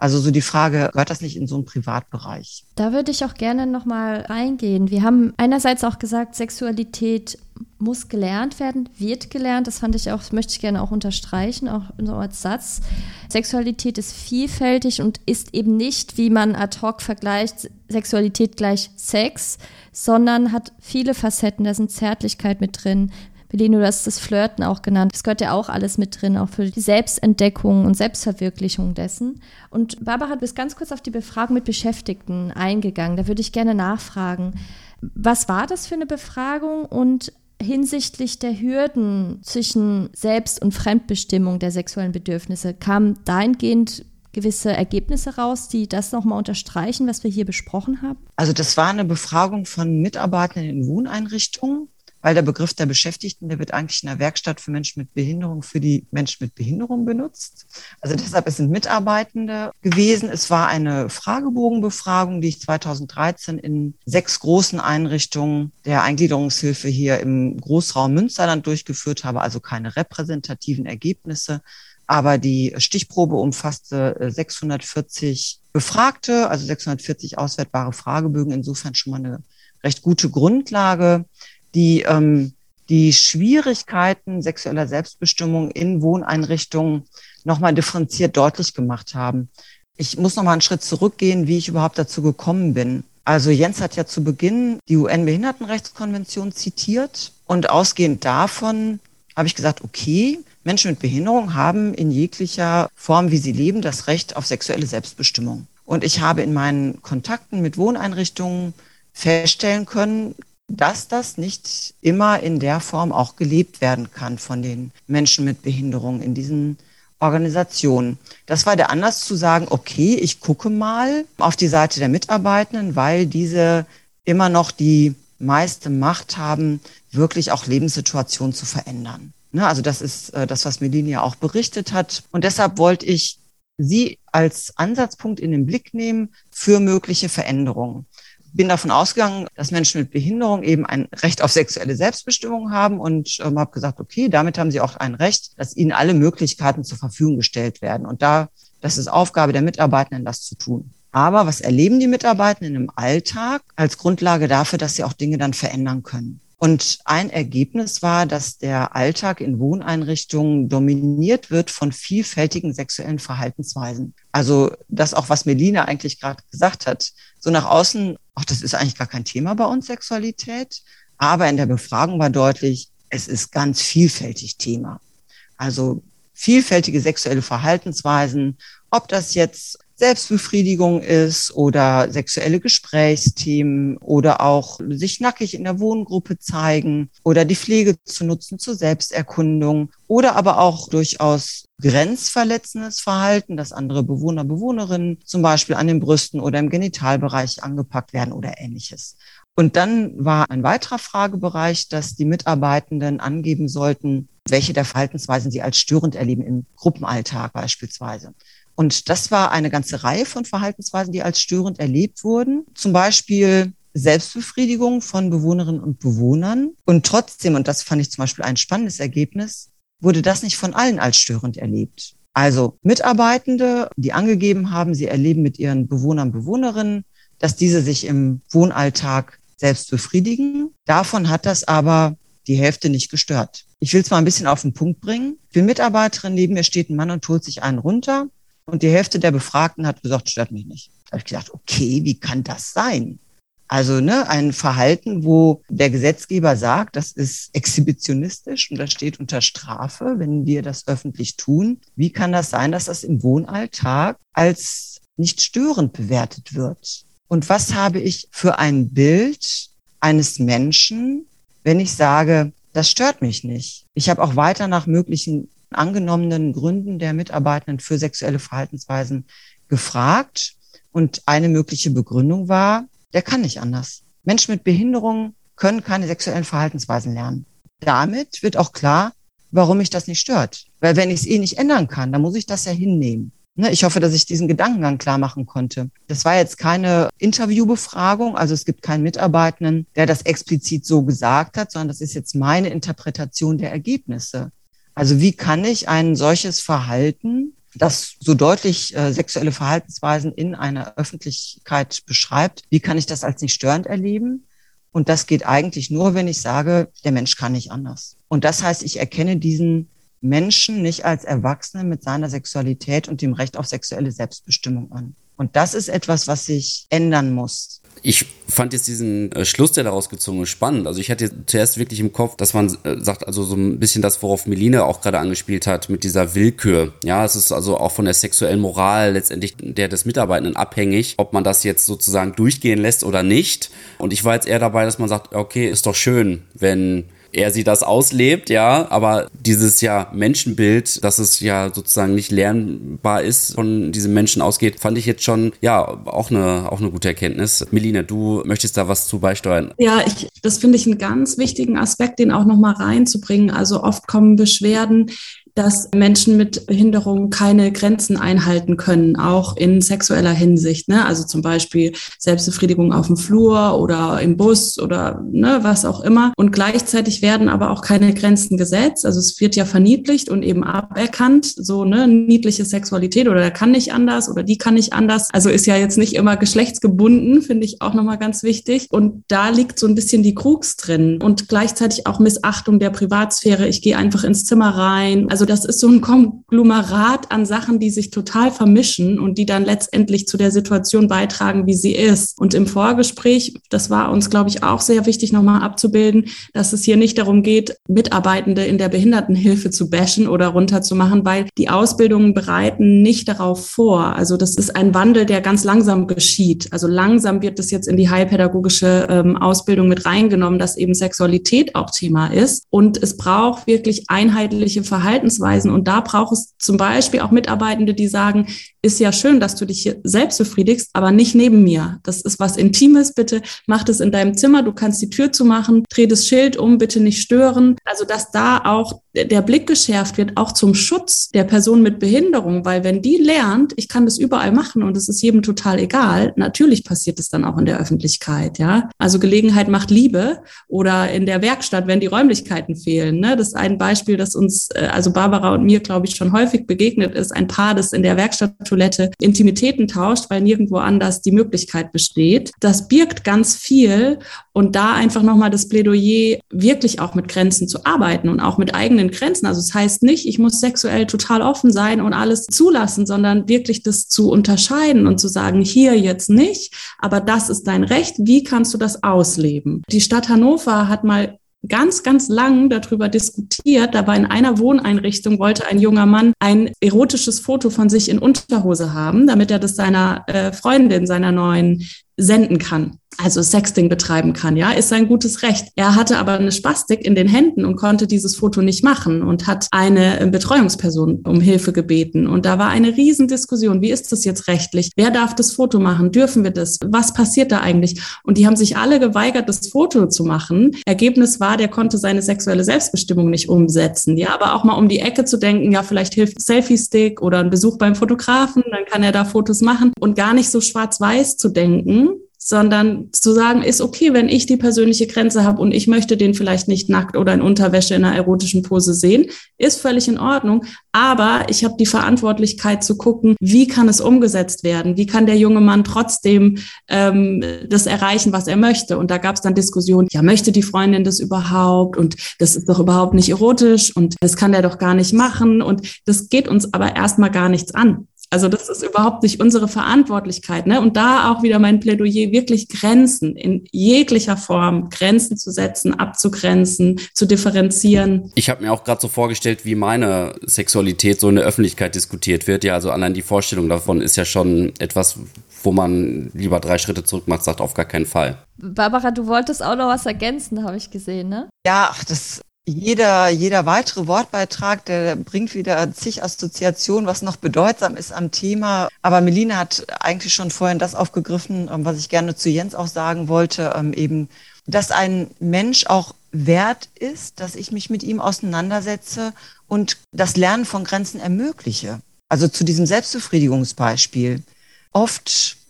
Also so die Frage, gehört das nicht in so einen Privatbereich? Da würde ich auch gerne nochmal reingehen. Wir haben einerseits auch gesagt, Sexualität muss gelernt werden, wird gelernt. Das fand ich auch, das möchte ich gerne auch unterstreichen, auch so als Satz. Sexualität ist vielfältig und ist eben nicht, wie man ad hoc vergleicht, Sexualität gleich Sex, sondern hat viele Facetten. Da sind Zärtlichkeit mit drin. Melina, du hast das Flirten auch genannt. Das gehört ja auch alles mit drin, auch für die Selbstentdeckung und Selbstverwirklichung dessen. Und Barbara, du bist ganz kurz auf die Befragung mit Beschäftigten eingegangen. Da würde ich gerne nachfragen. Was war das für eine Befragung und hinsichtlich der Hürden zwischen Selbst- und Fremdbestimmung der sexuellen Bedürfnisse kamen dahingehend gewisse Ergebnisse raus, die das nochmal unterstreichen, was wir hier besprochen haben? Also das war eine Befragung von Mitarbeitern in Wohneinrichtungen, weil der Begriff der Beschäftigten, der wird eigentlich in der Werkstatt für Menschen mit Behinderung für die Menschen mit Behinderung benutzt. Also deshalb, es sind Mitarbeitende gewesen. Es war eine Fragebogenbefragung, die ich zweitausenddreizehn in sechs großen Einrichtungen der Eingliederungshilfe hier im Großraum Münsterland durchgeführt habe, also keine repräsentativen Ergebnisse. Aber die Stichprobe umfasste sechshundertvierzig Befragte, also sechshundertvierzig auswertbare Fragebögen, insofern schon mal eine recht gute Grundlage, die ähm, die Schwierigkeiten sexueller Selbstbestimmung in Wohneinrichtungen nochmal differenziert deutlich gemacht haben. Ich muss nochmal einen Schritt zurückgehen, wie ich überhaupt dazu gekommen bin. Also Jens hat ja zu Beginn die U N-Behindertenrechtskonvention zitiert und ausgehend davon habe ich gesagt, okay, Menschen mit Behinderung haben in jeglicher Form, wie sie leben, das Recht auf sexuelle Selbstbestimmung. Und ich habe in meinen Kontakten mit Wohneinrichtungen feststellen können, dass das nicht immer in der Form auch gelebt werden kann von den Menschen mit Behinderung in diesen Organisationen. Das war der Anlass zu sagen, okay, ich gucke mal auf die Seite der Mitarbeitenden, weil diese immer noch die meiste Macht haben, wirklich auch Lebenssituationen zu verändern. Ne, also das ist das, was Melina ja auch berichtet hat. Und deshalb wollte ich sie als Ansatzpunkt in den Blick nehmen für mögliche Veränderungen. Bin davon ausgegangen, dass Menschen mit Behinderung eben ein Recht auf sexuelle Selbstbestimmung haben und ähm, habe gesagt, okay, damit haben sie auch ein Recht, dass ihnen alle Möglichkeiten zur Verfügung gestellt werden. Und da, das ist Aufgabe der Mitarbeitenden, das zu tun. Aber was erleben die Mitarbeitenden im Alltag als Grundlage dafür, dass sie auch Dinge dann verändern können? Und ein Ergebnis war, dass der Alltag in Wohneinrichtungen dominiert wird von vielfältigen sexuellen Verhaltensweisen. Also das auch, was Melina eigentlich gerade gesagt hat. So nach außen, ach, das ist eigentlich gar kein Thema bei uns, Sexualität. Aber in der Befragung war deutlich, es ist ganz vielfältig Thema. Also vielfältige sexuelle Verhaltensweisen, ob das jetzt Selbstbefriedigung ist oder sexuelle Gesprächsthemen oder auch sich nackig in der Wohngruppe zeigen oder die Pflege zu nutzen zur Selbsterkundung oder aber auch durchaus grenzverletzendes Verhalten, dass andere Bewohner, Bewohnerinnen zum Beispiel an den Brüsten oder im Genitalbereich angepackt werden oder Ähnliches. Und dann war ein weiterer Fragebereich, dass die Mitarbeitenden angeben sollten, welche der Verhaltensweisen sie als störend erleben im Gruppenalltag beispielsweise. Und das war eine ganze Reihe von Verhaltensweisen, die als störend erlebt wurden. Zum Beispiel Selbstbefriedigung von Bewohnerinnen und Bewohnern. Und trotzdem, und das fand ich zum Beispiel ein spannendes Ergebnis, wurde das nicht von allen als störend erlebt. Also Mitarbeitende, die angegeben haben, sie erleben mit ihren Bewohnern und Bewohnerinnen, dass diese sich im Wohnalltag selbst befriedigen. Davon hat das aber die Hälfte nicht gestört. Ich will es mal ein bisschen auf den Punkt bringen. Für Mitarbeiterin neben mir steht ein Mann und holt sich einen runter. Und die Hälfte der Befragten hat gesagt, stört mich nicht. Da habe ich gedacht, okay, wie kann das sein? Also ne, ein Verhalten, wo der Gesetzgeber sagt, das ist exhibitionistisch und das steht unter Strafe, wenn wir das öffentlich tun. Wie kann das sein, dass das im Wohnalltag als nicht störend bewertet wird? Und was habe ich für ein Bild eines Menschen, wenn ich sage, das stört mich nicht? Ich habe auch weiter nach möglichen angenommenen Gründen der Mitarbeitenden für sexuelle Verhaltensweisen gefragt. Und eine mögliche Begründung war, der kann nicht anders. Menschen mit Behinderung können keine sexuellen Verhaltensweisen lernen. Damit wird auch klar, warum mich das nicht stört. Weil wenn ich es eh nicht ändern kann, dann muss ich das ja hinnehmen. Ich hoffe, dass ich diesen Gedankengang klar machen konnte. Das war jetzt keine Interviewbefragung, also es gibt keinen Mitarbeitenden, der das explizit so gesagt hat, sondern das ist jetzt meine Interpretation der Ergebnisse. Also wie kann ich ein solches Verhalten das so deutlich äh, sexuelle Verhaltensweisen in einer Öffentlichkeit beschreibt, wie kann ich das als nicht störend erleben? Und das geht eigentlich nur, wenn ich sage, der Mensch kann nicht anders. Und das heißt, ich erkenne diesen Menschen nicht als Erwachsenen mit seiner Sexualität und dem Recht auf sexuelle Selbstbestimmung an. Und das ist etwas, was sich ändern muss. Ich fand jetzt diesen äh, Schluss, der daraus gezogen ist, spannend. Also ich hatte zuerst wirklich im Kopf, dass man äh, sagt, also so ein bisschen das, worauf Meline auch gerade angespielt hat, mit dieser Willkür. Ja, es ist also auch von der sexuellen Moral letztendlich der des Mitarbeitenden abhängig, ob man das jetzt sozusagen durchgehen lässt oder nicht. Und ich war jetzt eher dabei, dass man sagt, okay, ist doch schön, wenn er sie das auslebt, ja, aber dieses ja Menschenbild, dass es ja sozusagen nicht lernbar ist, von diesem Menschen ausgeht, fand ich jetzt schon, ja, auch eine, auch eine gute Erkenntnis. Meline, du möchtest da was zu beisteuern? Ja, ich, das finde ich einen ganz wichtigen Aspekt, den auch nochmal reinzubringen. Also oft kommen Beschwerden, dass Menschen mit Behinderung keine Grenzen einhalten können, auch in sexueller Hinsicht, ne? Also zum Beispiel Selbstbefriedigung auf dem Flur oder im Bus oder ne, was auch immer. Und gleichzeitig werden aber auch keine Grenzen gesetzt. Also es wird ja verniedlicht und eben aberkannt, so ne niedliche Sexualität oder der kann nicht anders oder die kann nicht anders. Also ist ja jetzt nicht immer geschlechtsgebunden, finde ich auch nochmal ganz wichtig. Und da liegt so ein bisschen die Krux drin und gleichzeitig auch Missachtung der Privatsphäre. Ich gehe einfach ins Zimmer rein. Also das ist so ein Konglomerat an Sachen, die sich total vermischen und die dann letztendlich zu der Situation beitragen, wie sie ist. Und im Vorgespräch, das war uns, glaube ich, auch sehr wichtig, nochmal abzubilden, dass es hier nicht darum geht, Mitarbeitende in der Behindertenhilfe zu bashen oder runterzumachen, weil die Ausbildungen bereiten nicht darauf vor. Also das ist ein Wandel, der ganz langsam geschieht. Also langsam wird es jetzt in die heilpädagogische ähm, Ausbildung mit reingenommen, dass eben Sexualität auch Thema ist. Und es braucht wirklich einheitliche Verhaltensweisen. Und da braucht es zum Beispiel auch Mitarbeitende, die sagen, ist ja schön, dass du dich hier selbst befriedigst, aber nicht neben mir. Das ist was Intimes, bitte mach das in deinem Zimmer, du kannst die Tür zumachen, dreh das Schild um, bitte nicht stören. Also dass da auch der Blick geschärft wird, auch zum Schutz der Person mit Behinderung, weil wenn die lernt, ich kann das überall machen und es ist jedem total egal, natürlich passiert es dann auch in der Öffentlichkeit, ja. Also Gelegenheit macht Liebe oder in der Werkstatt, wenn die Räumlichkeiten fehlen, ne. Das ist ein Beispiel, das uns, also Barbara und mir, glaube ich, schon häufig begegnet ist, ein Paar, das in der Werkstatttoilette Intimitäten tauscht, weil nirgendwo anders die Möglichkeit besteht. Das birgt ganz viel und da einfach nochmal das Plädoyer, wirklich auch mit Grenzen zu arbeiten und auch mit eigenen Grenzen. Also es das heißt nicht, ich muss sexuell total offen sein und alles zulassen, sondern wirklich das zu unterscheiden und zu sagen, hier jetzt nicht, aber das ist dein Recht, wie kannst du das ausleben? Die Stadt Hannover hat mal ganz, ganz lang darüber diskutiert. Da war in einer Wohneinrichtung, wollte ein junger Mann ein erotisches Foto von sich in Unterhose haben, damit er das seiner äh, Freundin, seiner neuen senden kann. Also Sexting betreiben kann, ja, ist sein gutes Recht. Er hatte aber eine Spastik in den Händen und konnte dieses Foto nicht machen und hat eine Betreuungsperson um Hilfe gebeten. Und da war eine Riesendiskussion. Wie ist das jetzt rechtlich? Wer darf das Foto machen? Dürfen wir das? Was passiert da eigentlich? Und die haben sich alle geweigert, das Foto zu machen. Ergebnis war, der konnte seine sexuelle Selbstbestimmung nicht umsetzen. Ja, aber auch mal um die Ecke zu denken, ja, vielleicht hilft Selfie-Stick oder ein Besuch beim Fotografen, dann kann er da Fotos machen und gar nicht so schwarz-weiß zu denken, sondern zu sagen, ist okay, wenn ich die persönliche Grenze habe und ich möchte den vielleicht nicht nackt oder in Unterwäsche in einer erotischen Pose sehen, ist völlig in Ordnung. Aber ich habe die Verantwortlichkeit zu gucken, wie kann es umgesetzt werden? Wie kann der junge Mann trotzdem ähm, das erreichen, was er möchte? Und da gab es dann Diskussionen, ja, möchte die Freundin das überhaupt? Und das ist doch überhaupt nicht erotisch und das kann der doch gar nicht machen. Und das geht uns aber erstmal gar nichts an. Also das ist überhaupt nicht unsere Verantwortlichkeit, ne? Und da auch wieder mein Plädoyer, wirklich Grenzen in jeglicher Form, Grenzen zu setzen, abzugrenzen, zu differenzieren. Ich habe mir auch gerade so vorgestellt, wie meine Sexualität so in der Öffentlichkeit diskutiert wird. Ja, also allein die Vorstellung davon ist ja schon etwas, wo man lieber drei Schritte zurück macht, sagt auf gar keinen Fall. Barbara, du wolltest auch noch was ergänzen, habe ich gesehen, ne? Ja, ach, das... Jeder, jeder weitere Wortbeitrag, der bringt wieder zig Assoziationen, was noch bedeutsam ist am Thema. Aber Meline hat eigentlich schon vorhin das aufgegriffen, was ich gerne zu Jens auch sagen wollte, eben, dass ein Mensch auch wert ist, dass ich mich mit ihm auseinandersetze und das Lernen von Grenzen ermögliche. Also zu diesem Selbstbefriedigungsbeispiel. Oft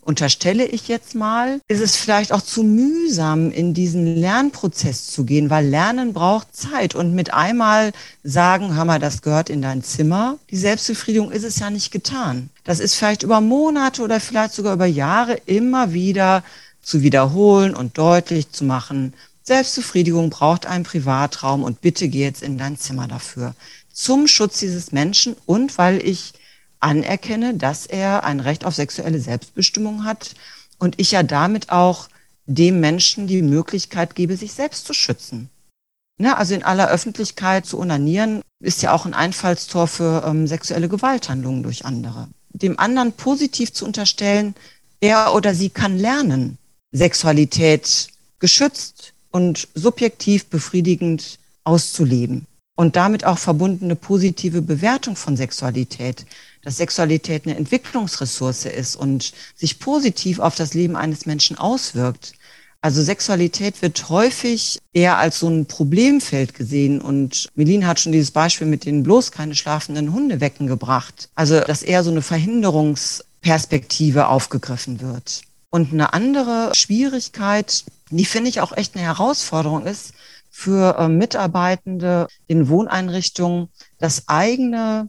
unterstelle ich jetzt mal, ist es vielleicht auch zu mühsam, in diesen Lernprozess zu gehen, weil Lernen braucht Zeit. Und mit einmal sagen, hör mal, das gehört in dein Zimmer, die Selbstbefriedigung ist es ja nicht getan. Das ist vielleicht über Monate oder vielleicht sogar über Jahre immer wieder zu wiederholen und deutlich zu machen, Selbstbefriedigung braucht einen Privatraum und bitte geh jetzt in dein Zimmer dafür. Zum Schutz dieses Menschen und weil ich anerkenne, dass er ein Recht auf sexuelle Selbstbestimmung hat und ich ja damit auch dem Menschen die Möglichkeit gebe, sich selbst zu schützen. Ne, also in aller Öffentlichkeit zu onanieren, ist ja auch ein Einfallstor für ähm, sexuelle Gewalthandlungen durch andere. Dem anderen positiv zu unterstellen, er oder sie kann lernen, Sexualität geschützt und subjektiv befriedigend auszuleben. Und damit auch verbundene positive Bewertung von Sexualität, dass Sexualität eine Entwicklungsressource ist und sich positiv auf das Leben eines Menschen auswirkt. Also Sexualität wird häufig eher als so ein Problemfeld gesehen und Melin hat schon dieses Beispiel mit den bloß keine schlafenden Hunde wecken gebracht. Also dass eher so eine Verhinderungsperspektive aufgegriffen wird. Und eine andere Schwierigkeit, die finde ich auch echt eine Herausforderung ist, für äh, Mitarbeitende in Wohneinrichtungen, dass eigene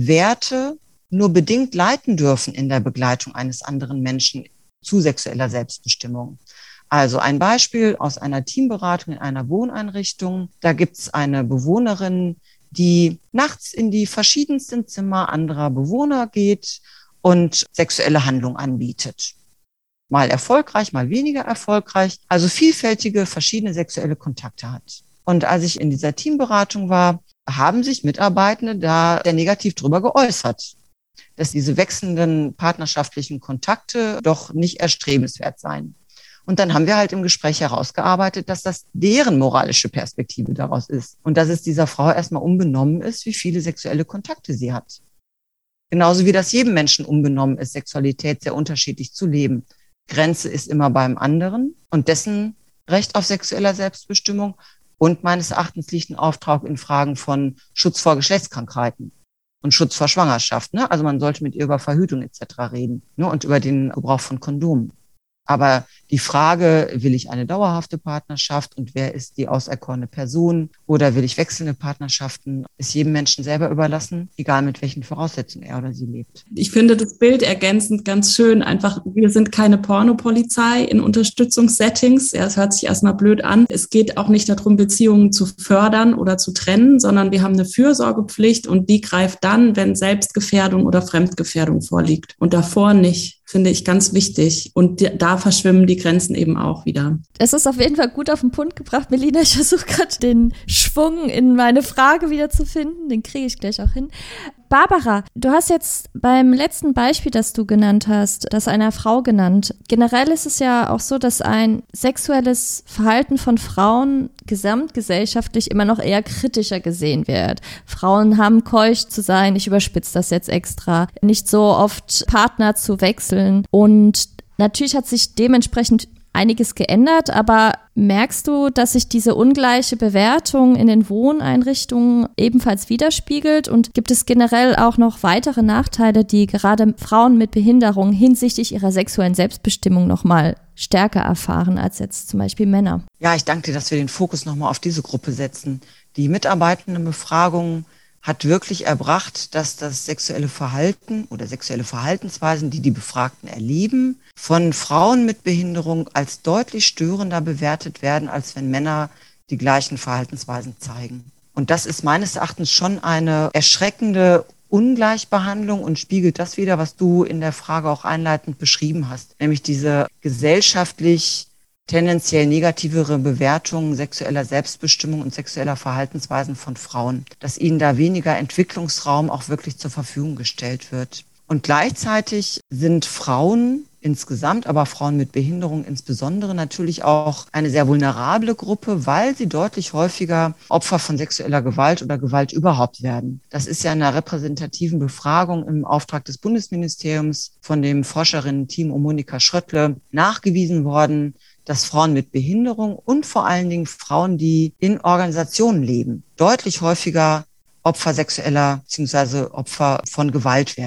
Werte nur bedingt leiten dürfen in der Begleitung eines anderen Menschen zu sexueller Selbstbestimmung. Also ein Beispiel aus einer Teamberatung in einer Wohneinrichtung. Da gibt es eine Bewohnerin, die nachts in die verschiedensten Zimmer anderer Bewohner geht und sexuelle Handlung anbietet. Mal erfolgreich, mal weniger erfolgreich, also vielfältige, verschiedene sexuelle Kontakte hat. Und als ich in dieser Teamberatung war, haben sich Mitarbeitende da sehr negativ drüber geäußert, dass diese wechselnden partnerschaftlichen Kontakte doch nicht erstrebenswert seien. Und dann haben wir halt im Gespräch herausgearbeitet, dass das deren moralische Perspektive daraus ist und dass es dieser Frau erstmal unbenommen ist, wie viele sexuelle Kontakte sie hat. Genauso wie das jedem Menschen unbenommen ist, Sexualität sehr unterschiedlich zu leben. Grenze ist immer beim anderen und dessen Recht auf sexueller Selbstbestimmung und meines Erachtens liegt ein Auftrag in Fragen von Schutz vor Geschlechtskrankheiten und Schutz vor Schwangerschaft. Ne? Also man sollte mit ihr über Verhütung et cetera reden, ne? Und über den Gebrauch von Kondomen. Aber die Frage, will ich eine dauerhafte Partnerschaft und wer ist die auserkorene Person oder will ich wechselnde Partnerschaften, ist jedem Menschen selber überlassen, egal mit welchen Voraussetzungen er oder sie lebt. Ich finde das Bild ergänzend ganz schön. Einfach, wir sind keine Pornopolizei in Unterstützungssettings. Ja, es hört sich erstmal blöd an. Es geht auch nicht darum, Beziehungen zu fördern oder zu trennen, sondern wir haben eine Fürsorgepflicht und die greift dann, wenn Selbstgefährdung oder Fremdgefährdung vorliegt und davor nicht. Finde ich ganz wichtig. Und da verschwimmen die Grenzen eben auch wieder. Es ist auf jeden Fall gut auf den Punkt gebracht, Melina. Ich versuche gerade den Schwung in meine Frage wieder zu finden. Den kriege ich gleich auch hin. Barbara, du hast jetzt beim letzten Beispiel, das du genannt hast, das einer Frau genannt. Generell ist es ja auch so, dass ein sexuelles Verhalten von Frauen gesamtgesellschaftlich immer noch eher kritischer gesehen wird. Frauen haben keusch zu sein, ich überspitze das jetzt extra, nicht so oft Partner zu wechseln. Und natürlich hat sich dementsprechend einiges geändert, aber merkst du, dass sich diese ungleiche Bewertung in den Wohneinrichtungen ebenfalls widerspiegelt? Und gibt es generell auch noch weitere Nachteile, die gerade Frauen mit Behinderung hinsichtlich ihrer sexuellen Selbstbestimmung nochmal stärker erfahren als jetzt zum Beispiel Männer? Ja, ich danke dir, dass wir den Fokus nochmal auf diese Gruppe setzen. Die Mitarbeitendenbefragung hat wirklich erbracht, dass das sexuelle Verhalten oder sexuelle Verhaltensweisen, die die Befragten erleben, von Frauen mit Behinderung als deutlich störender bewertet werden, als wenn Männer die gleichen Verhaltensweisen zeigen. Und das ist meines Erachtens schon eine erschreckende Ungleichbehandlung und spiegelt das wider, was du in der Frage auch einleitend beschrieben hast, nämlich diese gesellschaftlich tendenziell negativere Bewertungen sexueller Selbstbestimmung und sexueller Verhaltensweisen von Frauen, dass ihnen da weniger Entwicklungsraum auch wirklich zur Verfügung gestellt wird. Und gleichzeitig sind Frauen insgesamt, aber Frauen mit Behinderung insbesondere natürlich auch eine sehr vulnerable Gruppe, weil sie deutlich häufiger Opfer von sexueller Gewalt oder Gewalt überhaupt werden. Das ist ja in einer repräsentativen Befragung im Auftrag des Bundesministeriums von dem Forscherinnen-Team um Monika Schröttle nachgewiesen worden, dass Frauen mit Behinderung und vor allen Dingen Frauen, die in Organisationen leben, deutlich häufiger Opfer sexueller bzw. Opfer von Gewalt werden.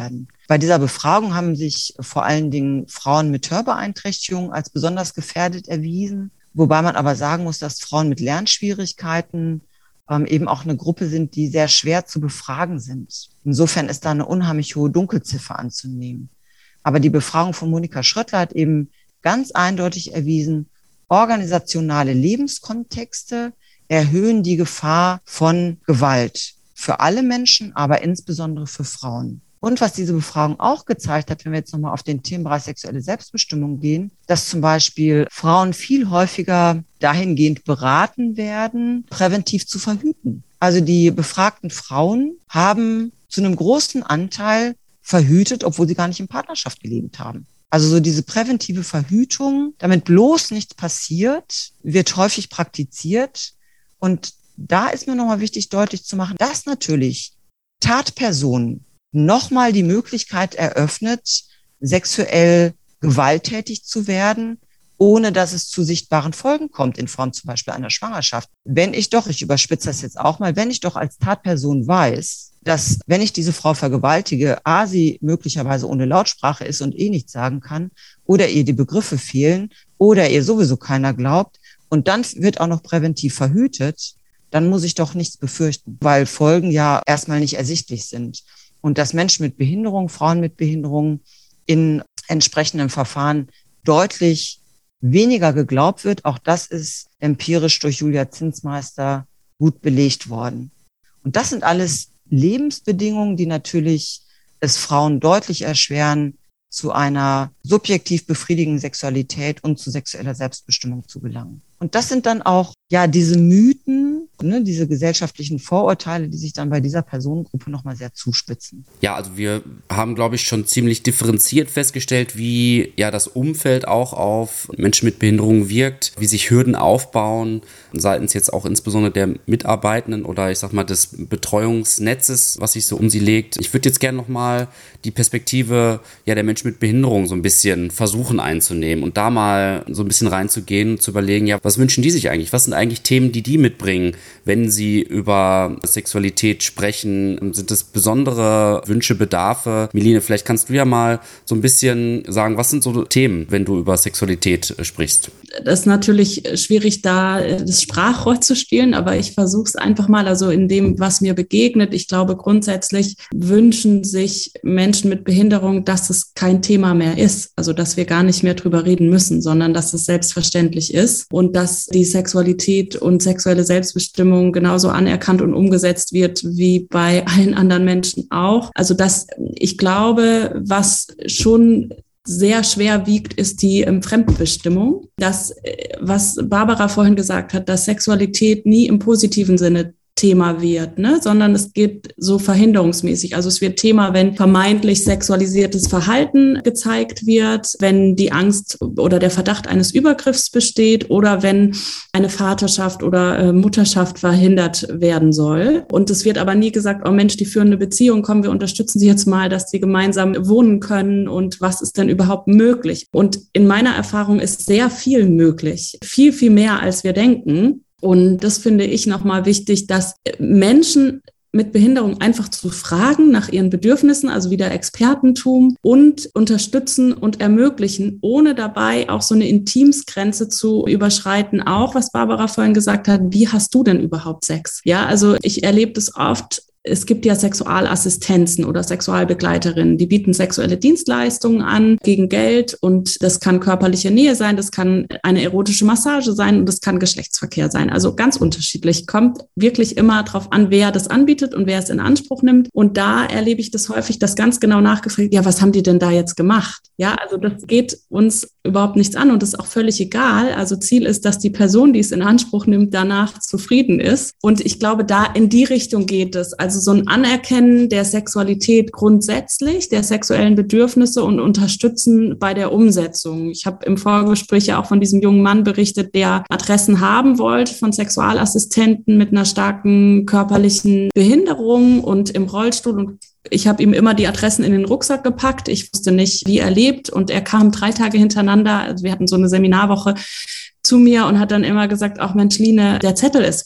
Bei dieser Befragung haben sich vor allen Dingen Frauen mit Hörbeeinträchtigungen als besonders gefährdet erwiesen, wobei man aber sagen muss, dass Frauen mit Lernschwierigkeiten ähm, eben auch eine Gruppe sind, die sehr schwer zu befragen sind. Insofern ist da eine unheimlich hohe Dunkelziffer anzunehmen. Aber die Befragung von Monika Schröttler hat eben ganz eindeutig erwiesen, organisationale Lebenskontexte erhöhen die Gefahr von Gewalt für alle Menschen, aber insbesondere für Frauen. Und was diese Befragung auch gezeigt hat, wenn wir jetzt nochmal auf den Themenbereich sexuelle Selbstbestimmung gehen, dass zum Beispiel Frauen viel häufiger dahingehend beraten werden, präventiv zu verhüten. Also die befragten Frauen haben zu einem großen Anteil verhütet, obwohl sie gar nicht in Partnerschaft gelebt haben. Also so diese präventive Verhütung, damit bloß nichts passiert, wird häufig praktiziert. Und da ist mir nochmal wichtig, deutlich zu machen, dass natürlich Tatpersonen nochmal die Möglichkeit eröffnet, sexuell gewalttätig zu werden, ohne dass es zu sichtbaren Folgen kommt, in Form zum Beispiel einer Schwangerschaft. Wenn ich doch, ich überspitze das jetzt auch mal, wenn ich doch als Tatperson weiß, dass, wenn ich diese Frau vergewaltige, a, sie möglicherweise ohne Lautsprache ist und eh nichts sagen kann, oder ihr die Begriffe fehlen, oder ihr sowieso keiner glaubt, und dann wird auch noch präventiv verhütet, dann muss ich doch nichts befürchten, weil Folgen ja erstmal nicht ersichtlich sind. Und dass Menschen mit Behinderung, Frauen mit Behinderung in entsprechenden Verfahren deutlich weniger geglaubt wird, auch das ist empirisch durch Julia Zinsmeister gut belegt worden. Und das sind alles Lebensbedingungen, die natürlich es Frauen deutlich erschweren, zu einer subjektiv befriedigenden Sexualität und zu sexueller Selbstbestimmung zu gelangen. Und das sind dann auch ja diese Mythen, ne, diese gesellschaftlichen Vorurteile, die sich dann bei dieser Personengruppe nochmal sehr zuspitzen. Ja, also wir haben, glaube ich, schon ziemlich differenziert festgestellt, wie ja das Umfeld auch auf Menschen mit Behinderungen wirkt, wie sich Hürden aufbauen, seitens jetzt auch insbesondere der Mitarbeitenden oder ich sag mal des Betreuungsnetzes, was sich so um sie legt. Ich würde jetzt gerne nochmal die Perspektive ja der Menschen mit Behinderung so ein bisschen versuchen einzunehmen und da mal so ein bisschen reinzugehen und zu überlegen, ja, was wünschen die sich eigentlich? Was sind eigentlich Themen, die die mitbringen, wenn sie über Sexualität sprechen? Sind es besondere Wünsche, Bedarfe? Meline, vielleicht kannst du ja mal so ein bisschen sagen, was sind so Themen, wenn du über Sexualität sprichst? Das ist natürlich schwierig, da das Sprachrohr zu spielen, aber ich versuche es einfach mal, also in dem, was mir begegnet. Ich glaube, grundsätzlich wünschen sich Menschen mit Behinderung, dass es kein Thema mehr ist, also dass wir gar nicht mehr drüber reden müssen, sondern dass es selbstverständlich ist und dass die Sexualität und sexuelle Selbstbestimmung genauso anerkannt und umgesetzt wird wie bei allen anderen Menschen auch. Also dass ich glaube, was schon sehr schwer wiegt, ist die ähm, Fremdbestimmung. Das, was Barbara vorhin gesagt hat, dass Sexualität nie im positiven Sinne Thema wird, ne? Sondern es geht so verhinderungsmäßig. Also es wird Thema, wenn vermeintlich sexualisiertes Verhalten gezeigt wird, wenn die Angst oder der Verdacht eines Übergriffs besteht oder wenn eine Vaterschaft oder äh, Mutterschaft verhindert werden soll. Und es wird aber nie gesagt, oh Mensch, die führen eine Beziehung, komm, wir unterstützen sie jetzt mal, dass sie gemeinsam wohnen können und was ist denn überhaupt möglich? Und in meiner Erfahrung ist sehr viel möglich, viel, viel mehr, als wir denken. Und das finde ich nochmal wichtig, dass Menschen mit Behinderung einfach zu fragen nach ihren Bedürfnissen, also wieder Expertentum und unterstützen und ermöglichen, ohne dabei auch so eine Intimsgrenze zu überschreiten. Auch was Barbara vorhin gesagt hat, wie hast du denn überhaupt Sex? Ja, also ich erlebe das oft. Es gibt ja Sexualassistenzen oder Sexualbegleiterinnen, die bieten sexuelle Dienstleistungen an gegen Geld und das kann körperliche Nähe sein, das kann eine erotische Massage sein und das kann Geschlechtsverkehr sein. Also ganz unterschiedlich. Kommt wirklich immer darauf an, wer das anbietet und wer es in Anspruch nimmt. Und da erlebe ich das häufig, dass ganz genau nachgefragt, ja, was haben die denn da jetzt gemacht? Ja, also das geht uns überhaupt nichts an und das ist auch völlig egal. Also Ziel ist, dass die Person, die es in Anspruch nimmt, danach zufrieden ist. Und ich glaube, da in die Richtung geht es. Also so ein Anerkennen der Sexualität grundsätzlich, der sexuellen Bedürfnisse und Unterstützen bei der Umsetzung. Ich habe im Vorgespräch ja auch von diesem jungen Mann berichtet, der Adressen haben wollte von Sexualassistenten mit einer starken körperlichen Behinderung und im Rollstuhl und ich habe ihm immer die Adressen in den Rucksack gepackt. Ich wusste nicht, wie er lebt. Und er kam drei Tage hintereinander. Also wir hatten so eine Seminarwoche zu mir und hat dann immer gesagt, ach Mensch, Line, der Zettel ist weg.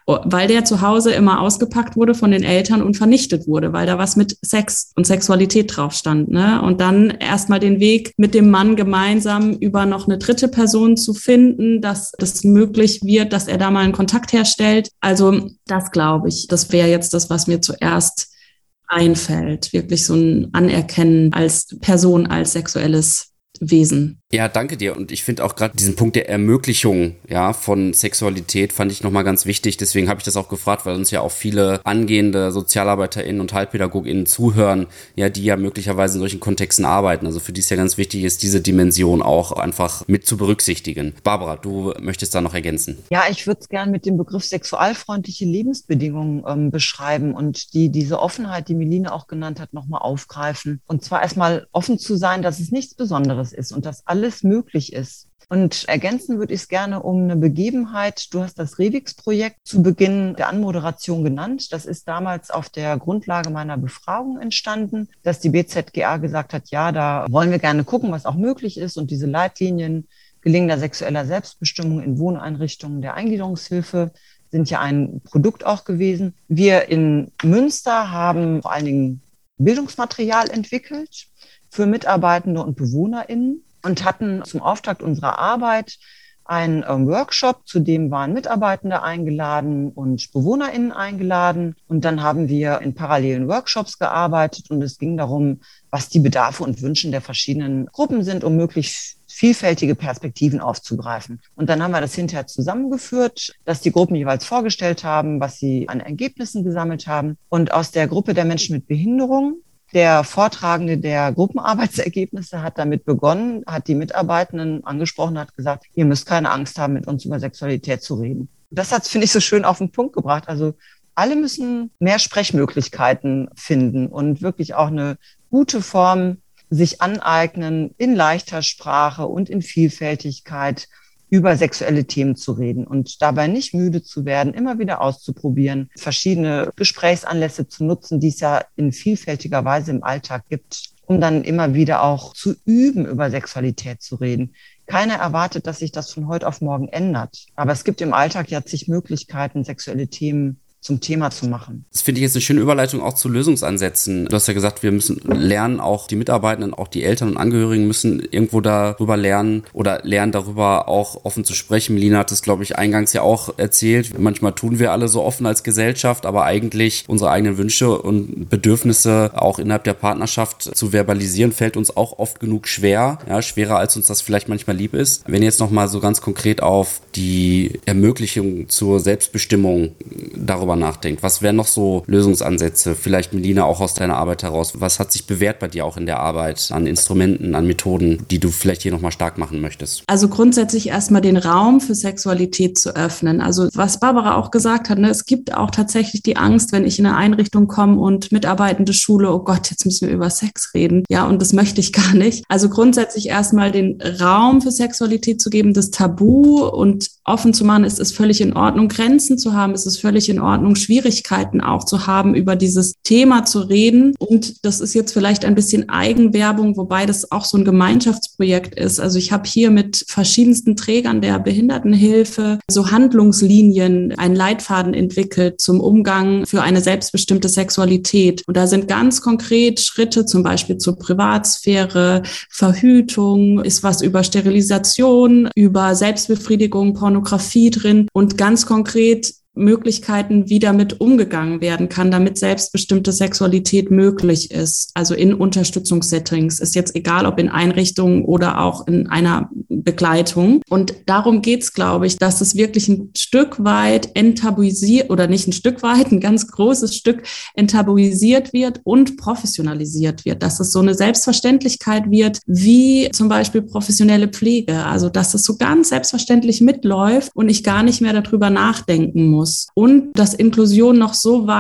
weil der zu Hause immer ausgepackt wurde von den Eltern und vernichtet wurde, weil da was mit Sex und Sexualität drauf stand, ne? Und dann erstmal den Weg mit dem Mann gemeinsam über noch eine dritte Person zu finden, dass das möglich wird, dass er da mal einen Kontakt herstellt. Also das glaube ich, das wäre jetzt das, was mir zuerst einfällt. Wirklich so ein Anerkennen als Person, als sexuelles Wesen. Ja, danke dir. Und ich finde auch gerade diesen Punkt der Ermöglichung, ja, von Sexualität fand ich nochmal ganz wichtig. Deswegen habe ich das auch gefragt, weil uns ja auch viele angehende SozialarbeiterInnen und HeilpädagogInnen zuhören, ja, die ja möglicherweise in solchen Kontexten arbeiten. Also für die es ja ganz wichtig ist, diese Dimension auch einfach mit zu berücksichtigen. Barbara, du möchtest da noch ergänzen. Ja, ich würde es gerne mit dem Begriff sexualfreundliche Lebensbedingungen ähm, beschreiben und die diese Offenheit, die Meline auch genannt hat, nochmal aufgreifen. Und zwar erstmal offen zu sein, dass es nichts Besonderes ist und dass alles möglich ist. Und ergänzen würde ich es gerne um eine Begebenheit. Du hast das Revix-Projekt zu Beginn der Anmoderation genannt. Das ist damals auf der Grundlage meiner Befragung entstanden, dass die B Z G A gesagt hat, ja, da wollen wir gerne gucken, was auch möglich ist. Und diese Leitlinien gelingender sexueller Selbstbestimmung in Wohneinrichtungen der Eingliederungshilfe sind ja ein Produkt auch gewesen. Wir in Münster haben vor allen Dingen Bildungsmaterial entwickelt für Mitarbeitende und BewohnerInnen und hatten zum Auftakt unserer Arbeit einen ähm, Workshop, zu dem waren Mitarbeitende eingeladen und BewohnerInnen eingeladen. Und dann haben wir in parallelen Workshops gearbeitet und es ging darum, was die Bedarfe und Wünsche der verschiedenen Gruppen sind, um möglichst vielfältige Perspektiven aufzugreifen. Und dann haben wir das hinterher zusammengeführt, dass die Gruppen jeweils vorgestellt haben, was sie an Ergebnissen gesammelt haben. Und aus der Gruppe der Menschen mit Behinderung, der Vortragende der Gruppenarbeitsergebnisse hat damit begonnen, hat die Mitarbeitenden angesprochen, hat gesagt, ihr müsst keine Angst haben, mit uns über Sexualität zu reden. Das hat, finde ich, so schön auf den Punkt gebracht. Also alle müssen mehr Sprechmöglichkeiten finden und wirklich auch eine gute Form sich aneignen, in leichter Sprache und in Vielfältigkeit über sexuelle Themen zu reden und dabei nicht müde zu werden, immer wieder auszuprobieren, verschiedene Gesprächsanlässe zu nutzen, die es ja in vielfältiger Weise im Alltag gibt, um dann immer wieder auch zu üben, über Sexualität zu reden. Keiner erwartet, dass sich das von heute auf morgen ändert. Aber es gibt im Alltag ja zig Möglichkeiten, sexuelle Themen zum Thema zu machen. Das finde ich jetzt eine schöne Überleitung auch zu Lösungsansätzen. Du hast ja gesagt, wir müssen lernen, auch die Mitarbeitenden, auch die Eltern und Angehörigen müssen irgendwo darüber lernen oder lernen darüber auch offen zu sprechen. Melina hat es, glaube ich, eingangs ja auch erzählt. Manchmal tun wir alle so offen als Gesellschaft, aber eigentlich unsere eigenen Wünsche und Bedürfnisse auch innerhalb der Partnerschaft zu verbalisieren, fällt uns auch oft genug schwer. Ja, schwerer, als uns das vielleicht manchmal lieb ist. Wenn ihr jetzt nochmal so ganz konkret auf die Ermöglichung zur Selbstbestimmung darüber nachdenkt. Was wären noch so Lösungsansätze? Vielleicht, Melina, auch aus deiner Arbeit heraus. Was hat sich bewährt bei dir auch in der Arbeit an Instrumenten, an Methoden, die du vielleicht hier nochmal stark machen möchtest? Also grundsätzlich erstmal den Raum für Sexualität zu öffnen. Also was Barbara auch gesagt hat, ne, es gibt auch tatsächlich die Angst, wenn ich in eine Einrichtung komme und Mitarbeitende schule, oh Gott, jetzt müssen wir über Sex reden. Ja, und das möchte ich gar nicht. Also grundsätzlich erstmal den Raum für Sexualität zu geben, das Tabu und offen zu machen, ist es völlig in Ordnung. Grenzen zu haben, ist es völlig in Ordnung. Schwierigkeiten auch zu haben, über dieses Thema zu reden. Und das ist jetzt vielleicht ein bisschen Eigenwerbung, wobei das auch so ein Gemeinschaftsprojekt ist. Also ich habe hier mit verschiedensten Trägern der Behindertenhilfe so Handlungslinien, einen Leitfaden entwickelt zum Umgang für eine selbstbestimmte Sexualität. Und da sind ganz konkret Schritte, zum Beispiel zur Privatsphäre, Verhütung, ist was über Sterilisation, über Selbstbefriedigung, Pornografie drin und ganz konkret Möglichkeiten, wie damit umgegangen werden kann, damit selbstbestimmte Sexualität möglich ist. Also in Unterstützungssettings, ist jetzt egal, ob in Einrichtungen oder auch in einer Begleitung. Und darum geht's, glaube ich, dass es wirklich ein Stück weit enttabuisiert oder nicht ein Stück weit, ein ganz großes Stück enttabuisiert wird und professionalisiert wird. Dass es so eine Selbstverständlichkeit wird, wie zum Beispiel professionelle Pflege. Also dass es so ganz selbstverständlich mitläuft und ich gar nicht mehr darüber nachdenken muss. Und dass Inklusion noch so weit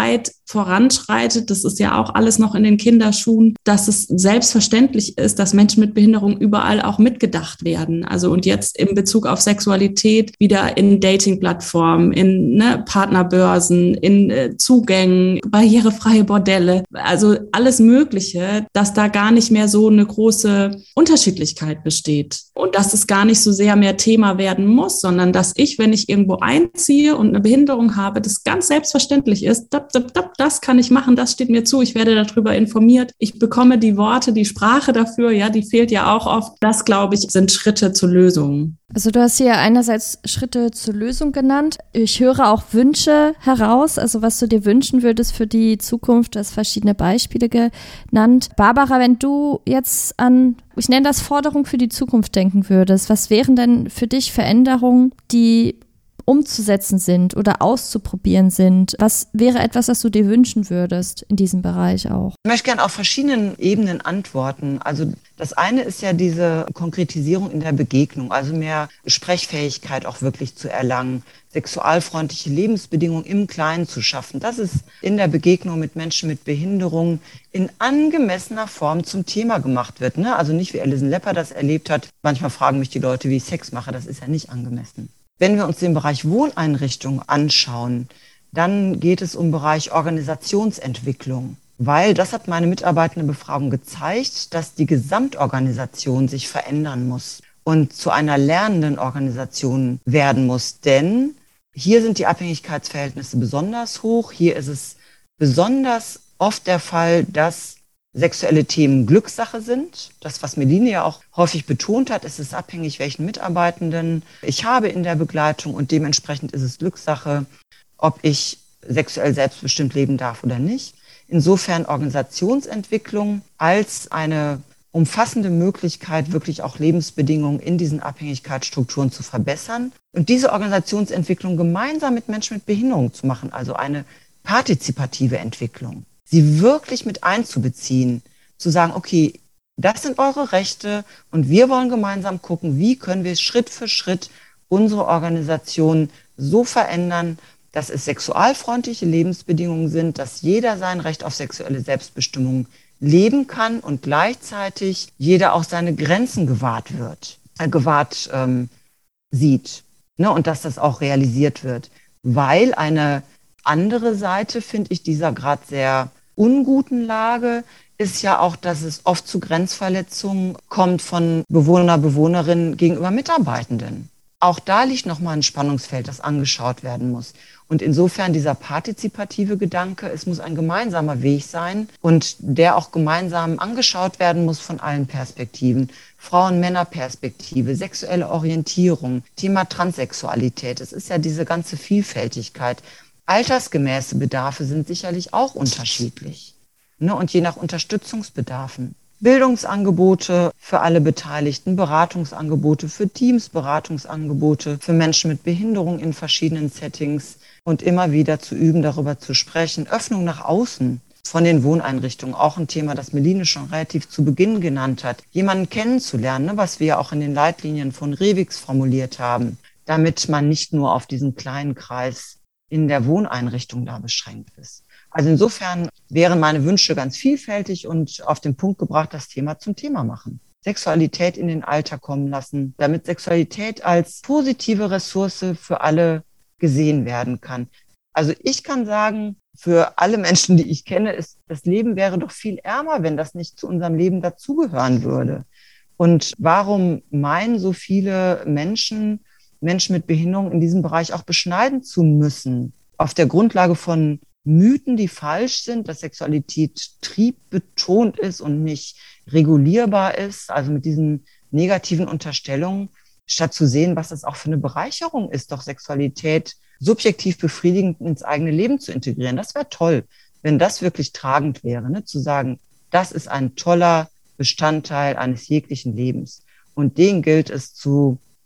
voranschreitet, das ist ja auch alles noch in den Kinderschuhen, dass es selbstverständlich ist, dass Menschen mit Behinderung überall auch mitgedacht werden. Also und jetzt in Bezug auf Sexualität wieder in Dating-Plattformen, in ne, Partnerbörsen, in äh, Zugängen, barrierefreie Bordelle, also alles Mögliche, dass da gar nicht mehr so eine große Unterschiedlichkeit besteht und dass es gar nicht so sehr mehr Thema werden muss, sondern dass ich, wenn ich irgendwo einziehe und eine Behinderung habe, das ganz selbstverständlich ist, dab, dab, dab, das kann ich machen, das steht mir zu, ich werde darüber informiert, ich bekomme die Worte, die Sprache dafür, ja, die fehlt ja auch oft. Das, glaube ich, sind Schritte zur Lösung. Also du hast hier einerseits Schritte zur Lösung genannt. Ich höre auch Wünsche heraus, also was du dir wünschen würdest für die Zukunft, du hast verschiedene Beispiele genannt. Barbara, wenn du jetzt an, ich nenne das Forderung für die Zukunft denken würdest, was wären denn für dich Veränderungen, die umzusetzen sind oder auszuprobieren sind? Was wäre etwas, was du dir wünschen würdest in diesem Bereich auch? Ich möchte gerne auf verschiedenen Ebenen antworten. Also das eine ist ja diese Konkretisierung in der Begegnung, also mehr Sprechfähigkeit auch wirklich zu erlangen, sexualfreundliche Lebensbedingungen im Kleinen zu schaffen. Das ist in der Begegnung mit Menschen mit Behinderung in angemessener Form zum Thema gemacht wird. Ne? Also nicht wie Alison Lepper das erlebt hat. Manchmal fragen mich die Leute, wie ich Sex mache. Das ist ja nicht angemessen. Wenn wir uns den Bereich Wohneinrichtung anschauen, dann geht es um Bereich Organisationsentwicklung, weil das hat meine Mitarbeitendenbefragung gezeigt, dass die Gesamtorganisation sich verändern muss und zu einer lernenden Organisation werden muss. Denn hier sind die Abhängigkeitsverhältnisse besonders hoch. Hier ist es besonders oft der Fall, dass sexuelle Themen Glückssache sind. Das, was Meline ja auch häufig betont hat, ist es abhängig, welchen Mitarbeitenden ich habe in der Begleitung und dementsprechend ist es Glückssache, ob ich sexuell selbstbestimmt leben darf oder nicht. Insofern Organisationsentwicklung als eine umfassende Möglichkeit, wirklich auch Lebensbedingungen in diesen Abhängigkeitsstrukturen zu verbessern und diese Organisationsentwicklung gemeinsam mit Menschen mit Behinderung zu machen, also eine partizipative Entwicklung. Sie wirklich mit einzubeziehen, zu sagen, okay, das sind eure Rechte und wir wollen gemeinsam gucken, wie können wir Schritt für Schritt unsere Organisation so verändern, dass es sexualfreundliche Lebensbedingungen sind, dass jeder sein Recht auf sexuelle Selbstbestimmung leben kann und gleichzeitig jeder auch seine Grenzen gewahrt wird, äh, gewahrt ähm, sieht, ne, und dass das auch realisiert wird. Weil eine andere Seite, finde ich, dieser gerade sehr unguten Lage ist ja auch, dass es oft zu Grenzverletzungen kommt von Bewohner, Bewohnerinnen gegenüber Mitarbeitenden. Auch da liegt nochmal ein Spannungsfeld, das angeschaut werden muss. Und insofern dieser partizipative Gedanke, es muss ein gemeinsamer Weg sein und der auch gemeinsam angeschaut werden muss von allen Perspektiven. Frauen-Männer-Perspektive, sexuelle Orientierung, Thema Transsexualität. Es ist ja diese ganze Vielfältigkeit. Altersgemäße Bedarfe sind sicherlich auch unterschiedlich, ne? Und je nach Unterstützungsbedarfen. Bildungsangebote für alle Beteiligten, Beratungsangebote für Teams, Beratungsangebote für Menschen mit Behinderung in verschiedenen Settings und immer wieder zu üben, darüber zu sprechen. Öffnung nach außen von den Wohneinrichtungen, auch ein Thema, das Meline schon relativ zu Beginn genannt hat. Jemanden kennenzulernen, ne? Was wir ja auch in den Leitlinien von Revix formuliert haben, damit man nicht nur auf diesen kleinen Kreis in der Wohneinrichtung da beschränkt ist. Also insofern wären meine Wünsche ganz vielfältig und auf den Punkt gebracht, das Thema zum Thema machen. Sexualität in den Alltag kommen lassen, damit Sexualität als positive Ressource für alle gesehen werden kann. Also ich kann sagen, für alle Menschen, die ich kenne, ist, das Leben wäre doch viel ärmer, wenn das nicht zu unserem Leben dazugehören würde. Und warum meinen so viele Menschen, Menschen mit Behinderung in diesem Bereich auch beschneiden zu müssen, auf der Grundlage von Mythen, die falsch sind, dass Sexualität triebbetont ist und nicht regulierbar ist, also mit diesen negativen Unterstellungen, statt zu sehen, was das auch für eine Bereicherung ist, doch Sexualität subjektiv befriedigend ins eigene Leben zu integrieren. Das wäre toll, wenn das wirklich tragend wäre, ne? Zu sagen, das ist ein toller Bestandteil eines jeglichen Lebens und den gilt es zu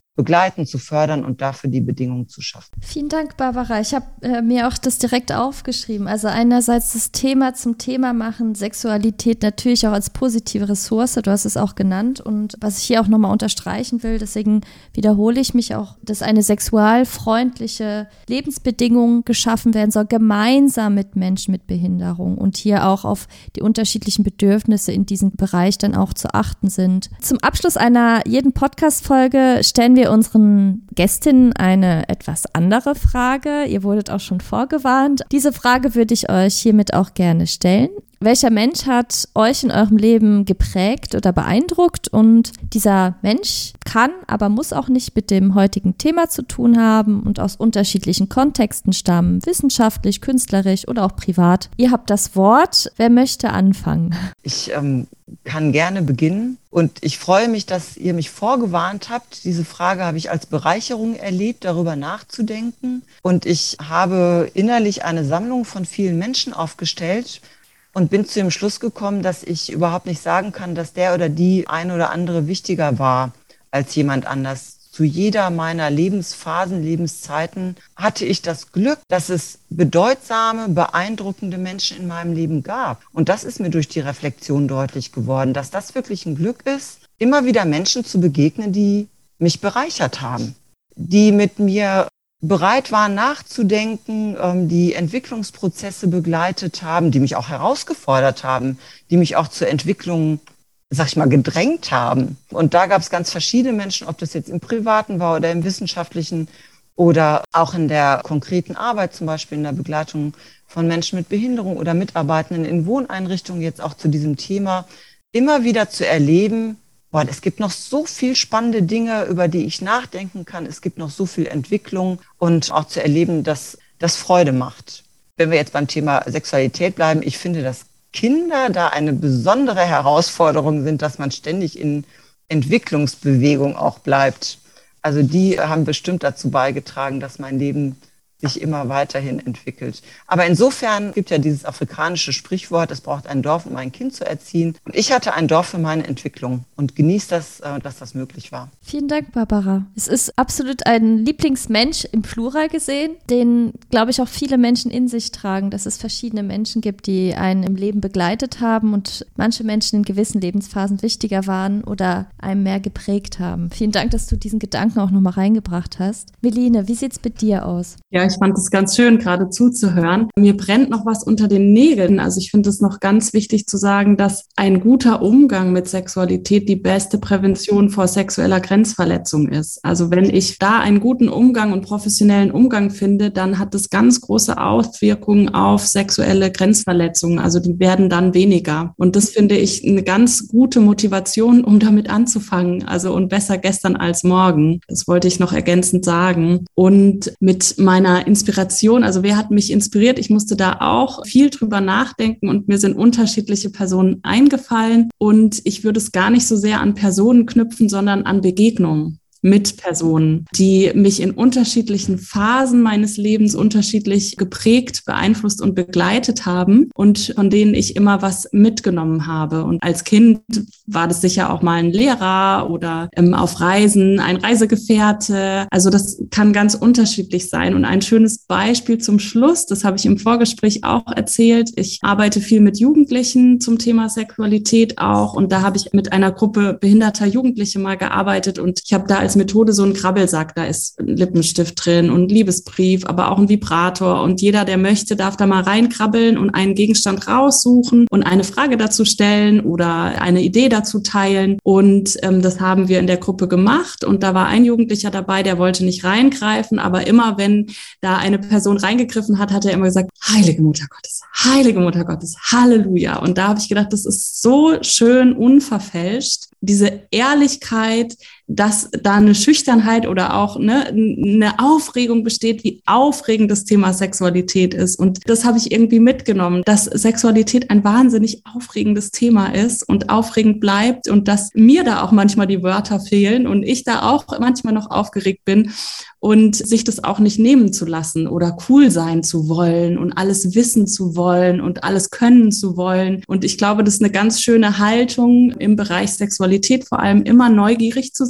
begleiten, zu fördern und dafür die Bedingungen zu schaffen. Vielen Dank, Barbara. Ich habe äh, mir auch das direkt aufgeschrieben. Also einerseits das Thema zum Thema machen, Sexualität natürlich auch als positive Ressource, du hast es auch genannt. Und was ich hier auch nochmal unterstreichen will, deswegen wiederhole ich mich auch, dass eine sexualfreundliche Lebensbedingung geschaffen werden soll, gemeinsam mit Menschen mit Behinderung und hier auch auf die unterschiedlichen Bedürfnisse in diesem Bereich dann auch zu achten sind. Zum Abschluss einer jeden Podcast-Folge stellen wir unseren Gästinnen eine etwas andere Frage. Ihr wurdet auch schon vorgewarnt. Diese Frage würde ich euch hiermit auch gerne stellen. Welcher Mensch hat euch in eurem Leben geprägt oder beeindruckt? Und dieser Mensch kann, aber muss auch nicht mit dem heutigen Thema zu tun haben und aus unterschiedlichen Kontexten stammen, wissenschaftlich, künstlerisch oder auch privat. Ihr habt das Wort. Wer möchte anfangen? Ich ähm, kann gerne beginnen und ich freue mich, dass ihr mich vorgewarnt habt. Diese Frage habe ich als Bereicherung erlebt, darüber nachzudenken. Und ich habe innerlich eine Sammlung von vielen Menschen aufgestellt, und bin zu dem Schluss gekommen, dass ich überhaupt nicht sagen kann, dass der oder die ein oder andere wichtiger war als jemand anders. Zu jeder meiner Lebensphasen, Lebenszeiten hatte ich das Glück, dass es bedeutsame, beeindruckende Menschen in meinem Leben gab. Und das ist mir durch die Reflexion deutlich geworden, dass das wirklich ein Glück ist, immer wieder Menschen zu begegnen, die mich bereichert haben, die mit mir bereit waren nachzudenken, die Entwicklungsprozesse begleitet haben, die mich auch herausgefordert haben, die mich auch zur Entwicklung, sag ich mal, gedrängt haben. Und da gab es ganz verschiedene Menschen, ob das jetzt im Privaten war oder im Wissenschaftlichen oder auch in der konkreten Arbeit, zum Beispiel in der Begleitung von Menschen mit Behinderung oder Mitarbeitenden in Wohneinrichtungen, jetzt auch zu diesem Thema, immer wieder zu erleben, boah, es gibt noch so viel spannende Dinge, über die ich nachdenken kann. Es gibt noch so viel Entwicklung und auch zu erleben, dass das Freude macht. Wenn wir jetzt beim Thema Sexualität bleiben, ich finde, dass Kinder da eine besondere Herausforderung sind, dass man ständig in Entwicklungsbewegung auch bleibt. Also die haben bestimmt dazu beigetragen, dass mein Leben sich immer weiterhin entwickelt. Aber insofern gibt ja dieses afrikanische Sprichwort, es braucht ein Dorf, um ein Kind zu erziehen. Und ich hatte ein Dorf für meine Entwicklung und genieße das, dass das möglich war. Vielen Dank, Barbara. Es ist absolut ein Lieblingsmensch im Plural gesehen, den, glaube ich, auch viele Menschen in sich tragen, dass es verschiedene Menschen gibt, die einen im Leben begleitet haben und manche Menschen in gewissen Lebensphasen wichtiger waren oder einem mehr geprägt haben. Vielen Dank, dass du diesen Gedanken auch nochmal reingebracht hast. Meline, wie sieht es bei dir aus? Ja, ich fand es ganz schön, gerade zuzuhören. Mir brennt noch was unter den Nägeln. Also ich finde es noch ganz wichtig zu sagen, dass ein guter Umgang mit Sexualität die beste Prävention vor sexueller Grenzverletzung ist. Also wenn ich da einen guten Umgang und professionellen Umgang finde, dann hat das ganz große Auswirkungen auf sexuelle Grenzverletzungen. Also die werden dann weniger. Und das finde ich eine ganz gute Motivation, um damit anzufangen. Also und besser gestern als morgen. Das wollte ich noch ergänzend sagen. Und mit meiner Inspiration, also wer hat mich inspiriert? Ich musste da auch viel drüber nachdenken und mir sind unterschiedliche Personen eingefallen. Und ich würde es gar nicht so sehr an Personen knüpfen, sondern an Begegnungen mit Personen, die mich in unterschiedlichen Phasen meines Lebens unterschiedlich geprägt, beeinflusst und begleitet haben und von denen ich immer was mitgenommen habe. Und als Kind war das sicher auch mal ein Lehrer oder ähm, auf Reisen ein Reisegefährte. Also das kann ganz unterschiedlich sein. Und ein schönes Beispiel zum Schluss, das habe ich im Vorgespräch auch erzählt. Ich arbeite viel mit Jugendlichen zum Thema Sexualität auch und da habe ich mit einer Gruppe behinderter Jugendliche mal gearbeitet und ich habe da als Methode so einen Krabbelsack, da ist ein Lippenstift drin und ein Liebesbrief, aber auch ein Vibrator und jeder, der möchte, darf da mal reinkrabbeln und einen Gegenstand raussuchen und eine Frage dazu stellen oder eine Idee dazu teilen und ähm, das haben wir in der Gruppe gemacht und da war ein Jugendlicher dabei, der wollte nicht reingreifen, aber immer wenn da eine Person reingegriffen hat, hat er immer gesagt, Heilige Mutter Gottes, Heilige Mutter Gottes, Halleluja. Und da habe ich gedacht, das ist so schön unverfälscht, diese Ehrlichkeit, dass da eine Schüchternheit oder auch ne, eine Aufregung besteht, wie aufregend das Thema Sexualität ist. Und das habe ich irgendwie mitgenommen, dass Sexualität ein wahnsinnig aufregendes Thema ist und aufregend bleibt und dass mir da auch manchmal die Wörter fehlen und ich da auch manchmal noch aufgeregt bin und sich das auch nicht nehmen zu lassen oder cool sein zu wollen und alles wissen zu wollen und alles können zu wollen. Und ich glaube, das ist eine ganz schöne Haltung im Bereich Sexualität, vor allem immer neugierig zu sein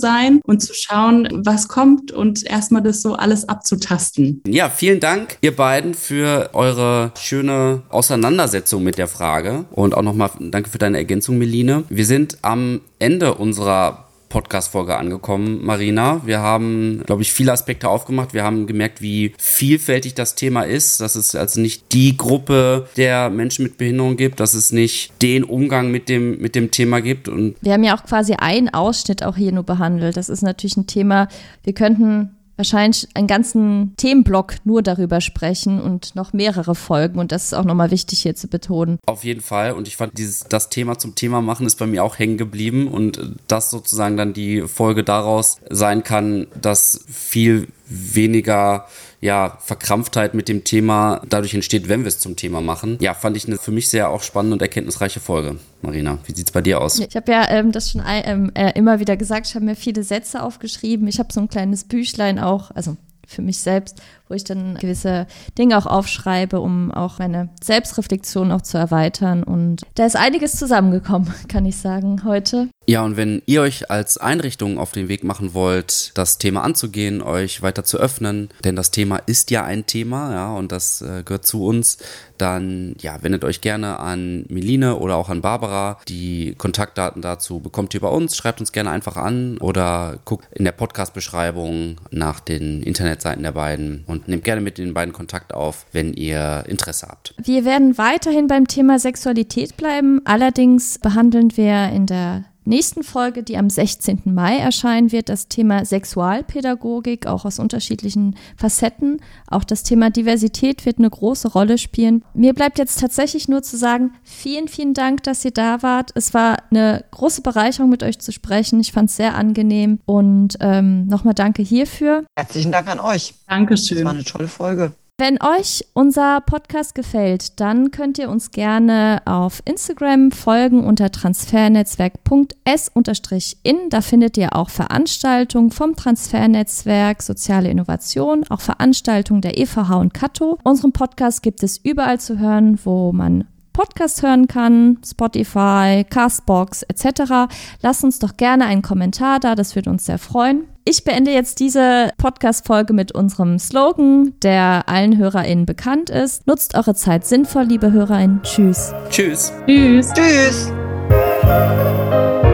sein und zu schauen, was kommt und erstmal das so alles abzutasten. Ja, vielen Dank, ihr beiden, für eure schöne Auseinandersetzung mit der Frage und auch nochmal danke für deine Ergänzung, Meline. Wir sind am Ende unserer Podcast-Folge angekommen, Marina. Wir haben, glaube ich, viele Aspekte aufgemacht. Wir haben gemerkt, wie vielfältig das Thema ist, dass es also nicht die Gruppe der Menschen mit Behinderung gibt, dass es nicht den Umgang mit dem, mit dem Thema gibt. Und wir haben ja auch quasi einen Ausschnitt auch hier nur behandelt. Das ist natürlich ein Thema, wir könnten wahrscheinlich einen ganzen Themenblock nur darüber sprechen und noch mehrere Folgen. Und das ist auch nochmal wichtig hier zu betonen. Auf jeden Fall. Und ich fand, dieses das Thema zum Thema machen ist bei mir auch hängen geblieben. Und das sozusagen dann die Folge daraus sein kann, dass viel weniger ja, Verkrampftheit mit dem Thema dadurch entsteht, wenn wir es zum Thema machen. Ja, fand ich eine für mich sehr auch spannende und erkenntnisreiche Folge. Marina, wie sieht's bei dir aus? Ich habe ja ähm, das schon ähm, äh, immer wieder gesagt, ich habe mir viele Sätze aufgeschrieben. Ich habe so ein kleines Büchlein auch, also für mich selbst, wo ich dann gewisse Dinge auch aufschreibe, um auch meine Selbstreflexion auch zu erweitern. Und da ist einiges zusammengekommen, kann ich sagen, heute. Ja, und wenn ihr euch als Einrichtung auf den Weg machen wollt, das Thema anzugehen, euch weiter zu öffnen, denn das Thema ist ja ein Thema, ja, und das äh, gehört zu uns, dann ja, wendet euch gerne an Meline oder auch an Barbara. Die Kontaktdaten dazu bekommt ihr bei uns, schreibt uns gerne einfach an oder guckt in der Podcast-Beschreibung nach den Internetseiten der beiden und nehmt gerne mit den beiden Kontakt auf, wenn ihr Interesse habt. Wir werden weiterhin beim Thema Sexualität bleiben, allerdings behandeln wir in der nächsten Folge, die am sechzehnten Mai erscheinen wird, das Thema Sexualpädagogik, auch aus unterschiedlichen Facetten. Auch das Thema Diversität wird eine große Rolle spielen. Mir bleibt jetzt tatsächlich nur zu sagen, vielen, vielen Dank, dass ihr da wart. Es war eine große Bereicherung, mit euch zu sprechen. Ich fand es sehr angenehm und ähm, nochmal danke hierfür. Herzlichen Dank an euch. Dankeschön. Das war eine tolle Folge. Wenn euch unser Podcast gefällt, dann könnt ihr uns gerne auf Instagram folgen unter transfernetzwerk punkt s in. Da findet ihr auch Veranstaltungen vom Transfernetzwerk Soziale Innovation, auch Veranstaltungen der E V H und Kato. Unseren Podcast gibt es überall zu hören, wo man Podcast hören kann, Spotify, Castbox et cetera. Lasst uns doch gerne einen Kommentar da, das würde uns sehr freuen. Ich beende jetzt diese Podcast-Folge mit unserem Slogan, der allen HörerInnen bekannt ist. Nutzt eure Zeit sinnvoll, liebe HörerInnen. Tschüss. Tschüss. Tschüss. Tschüss.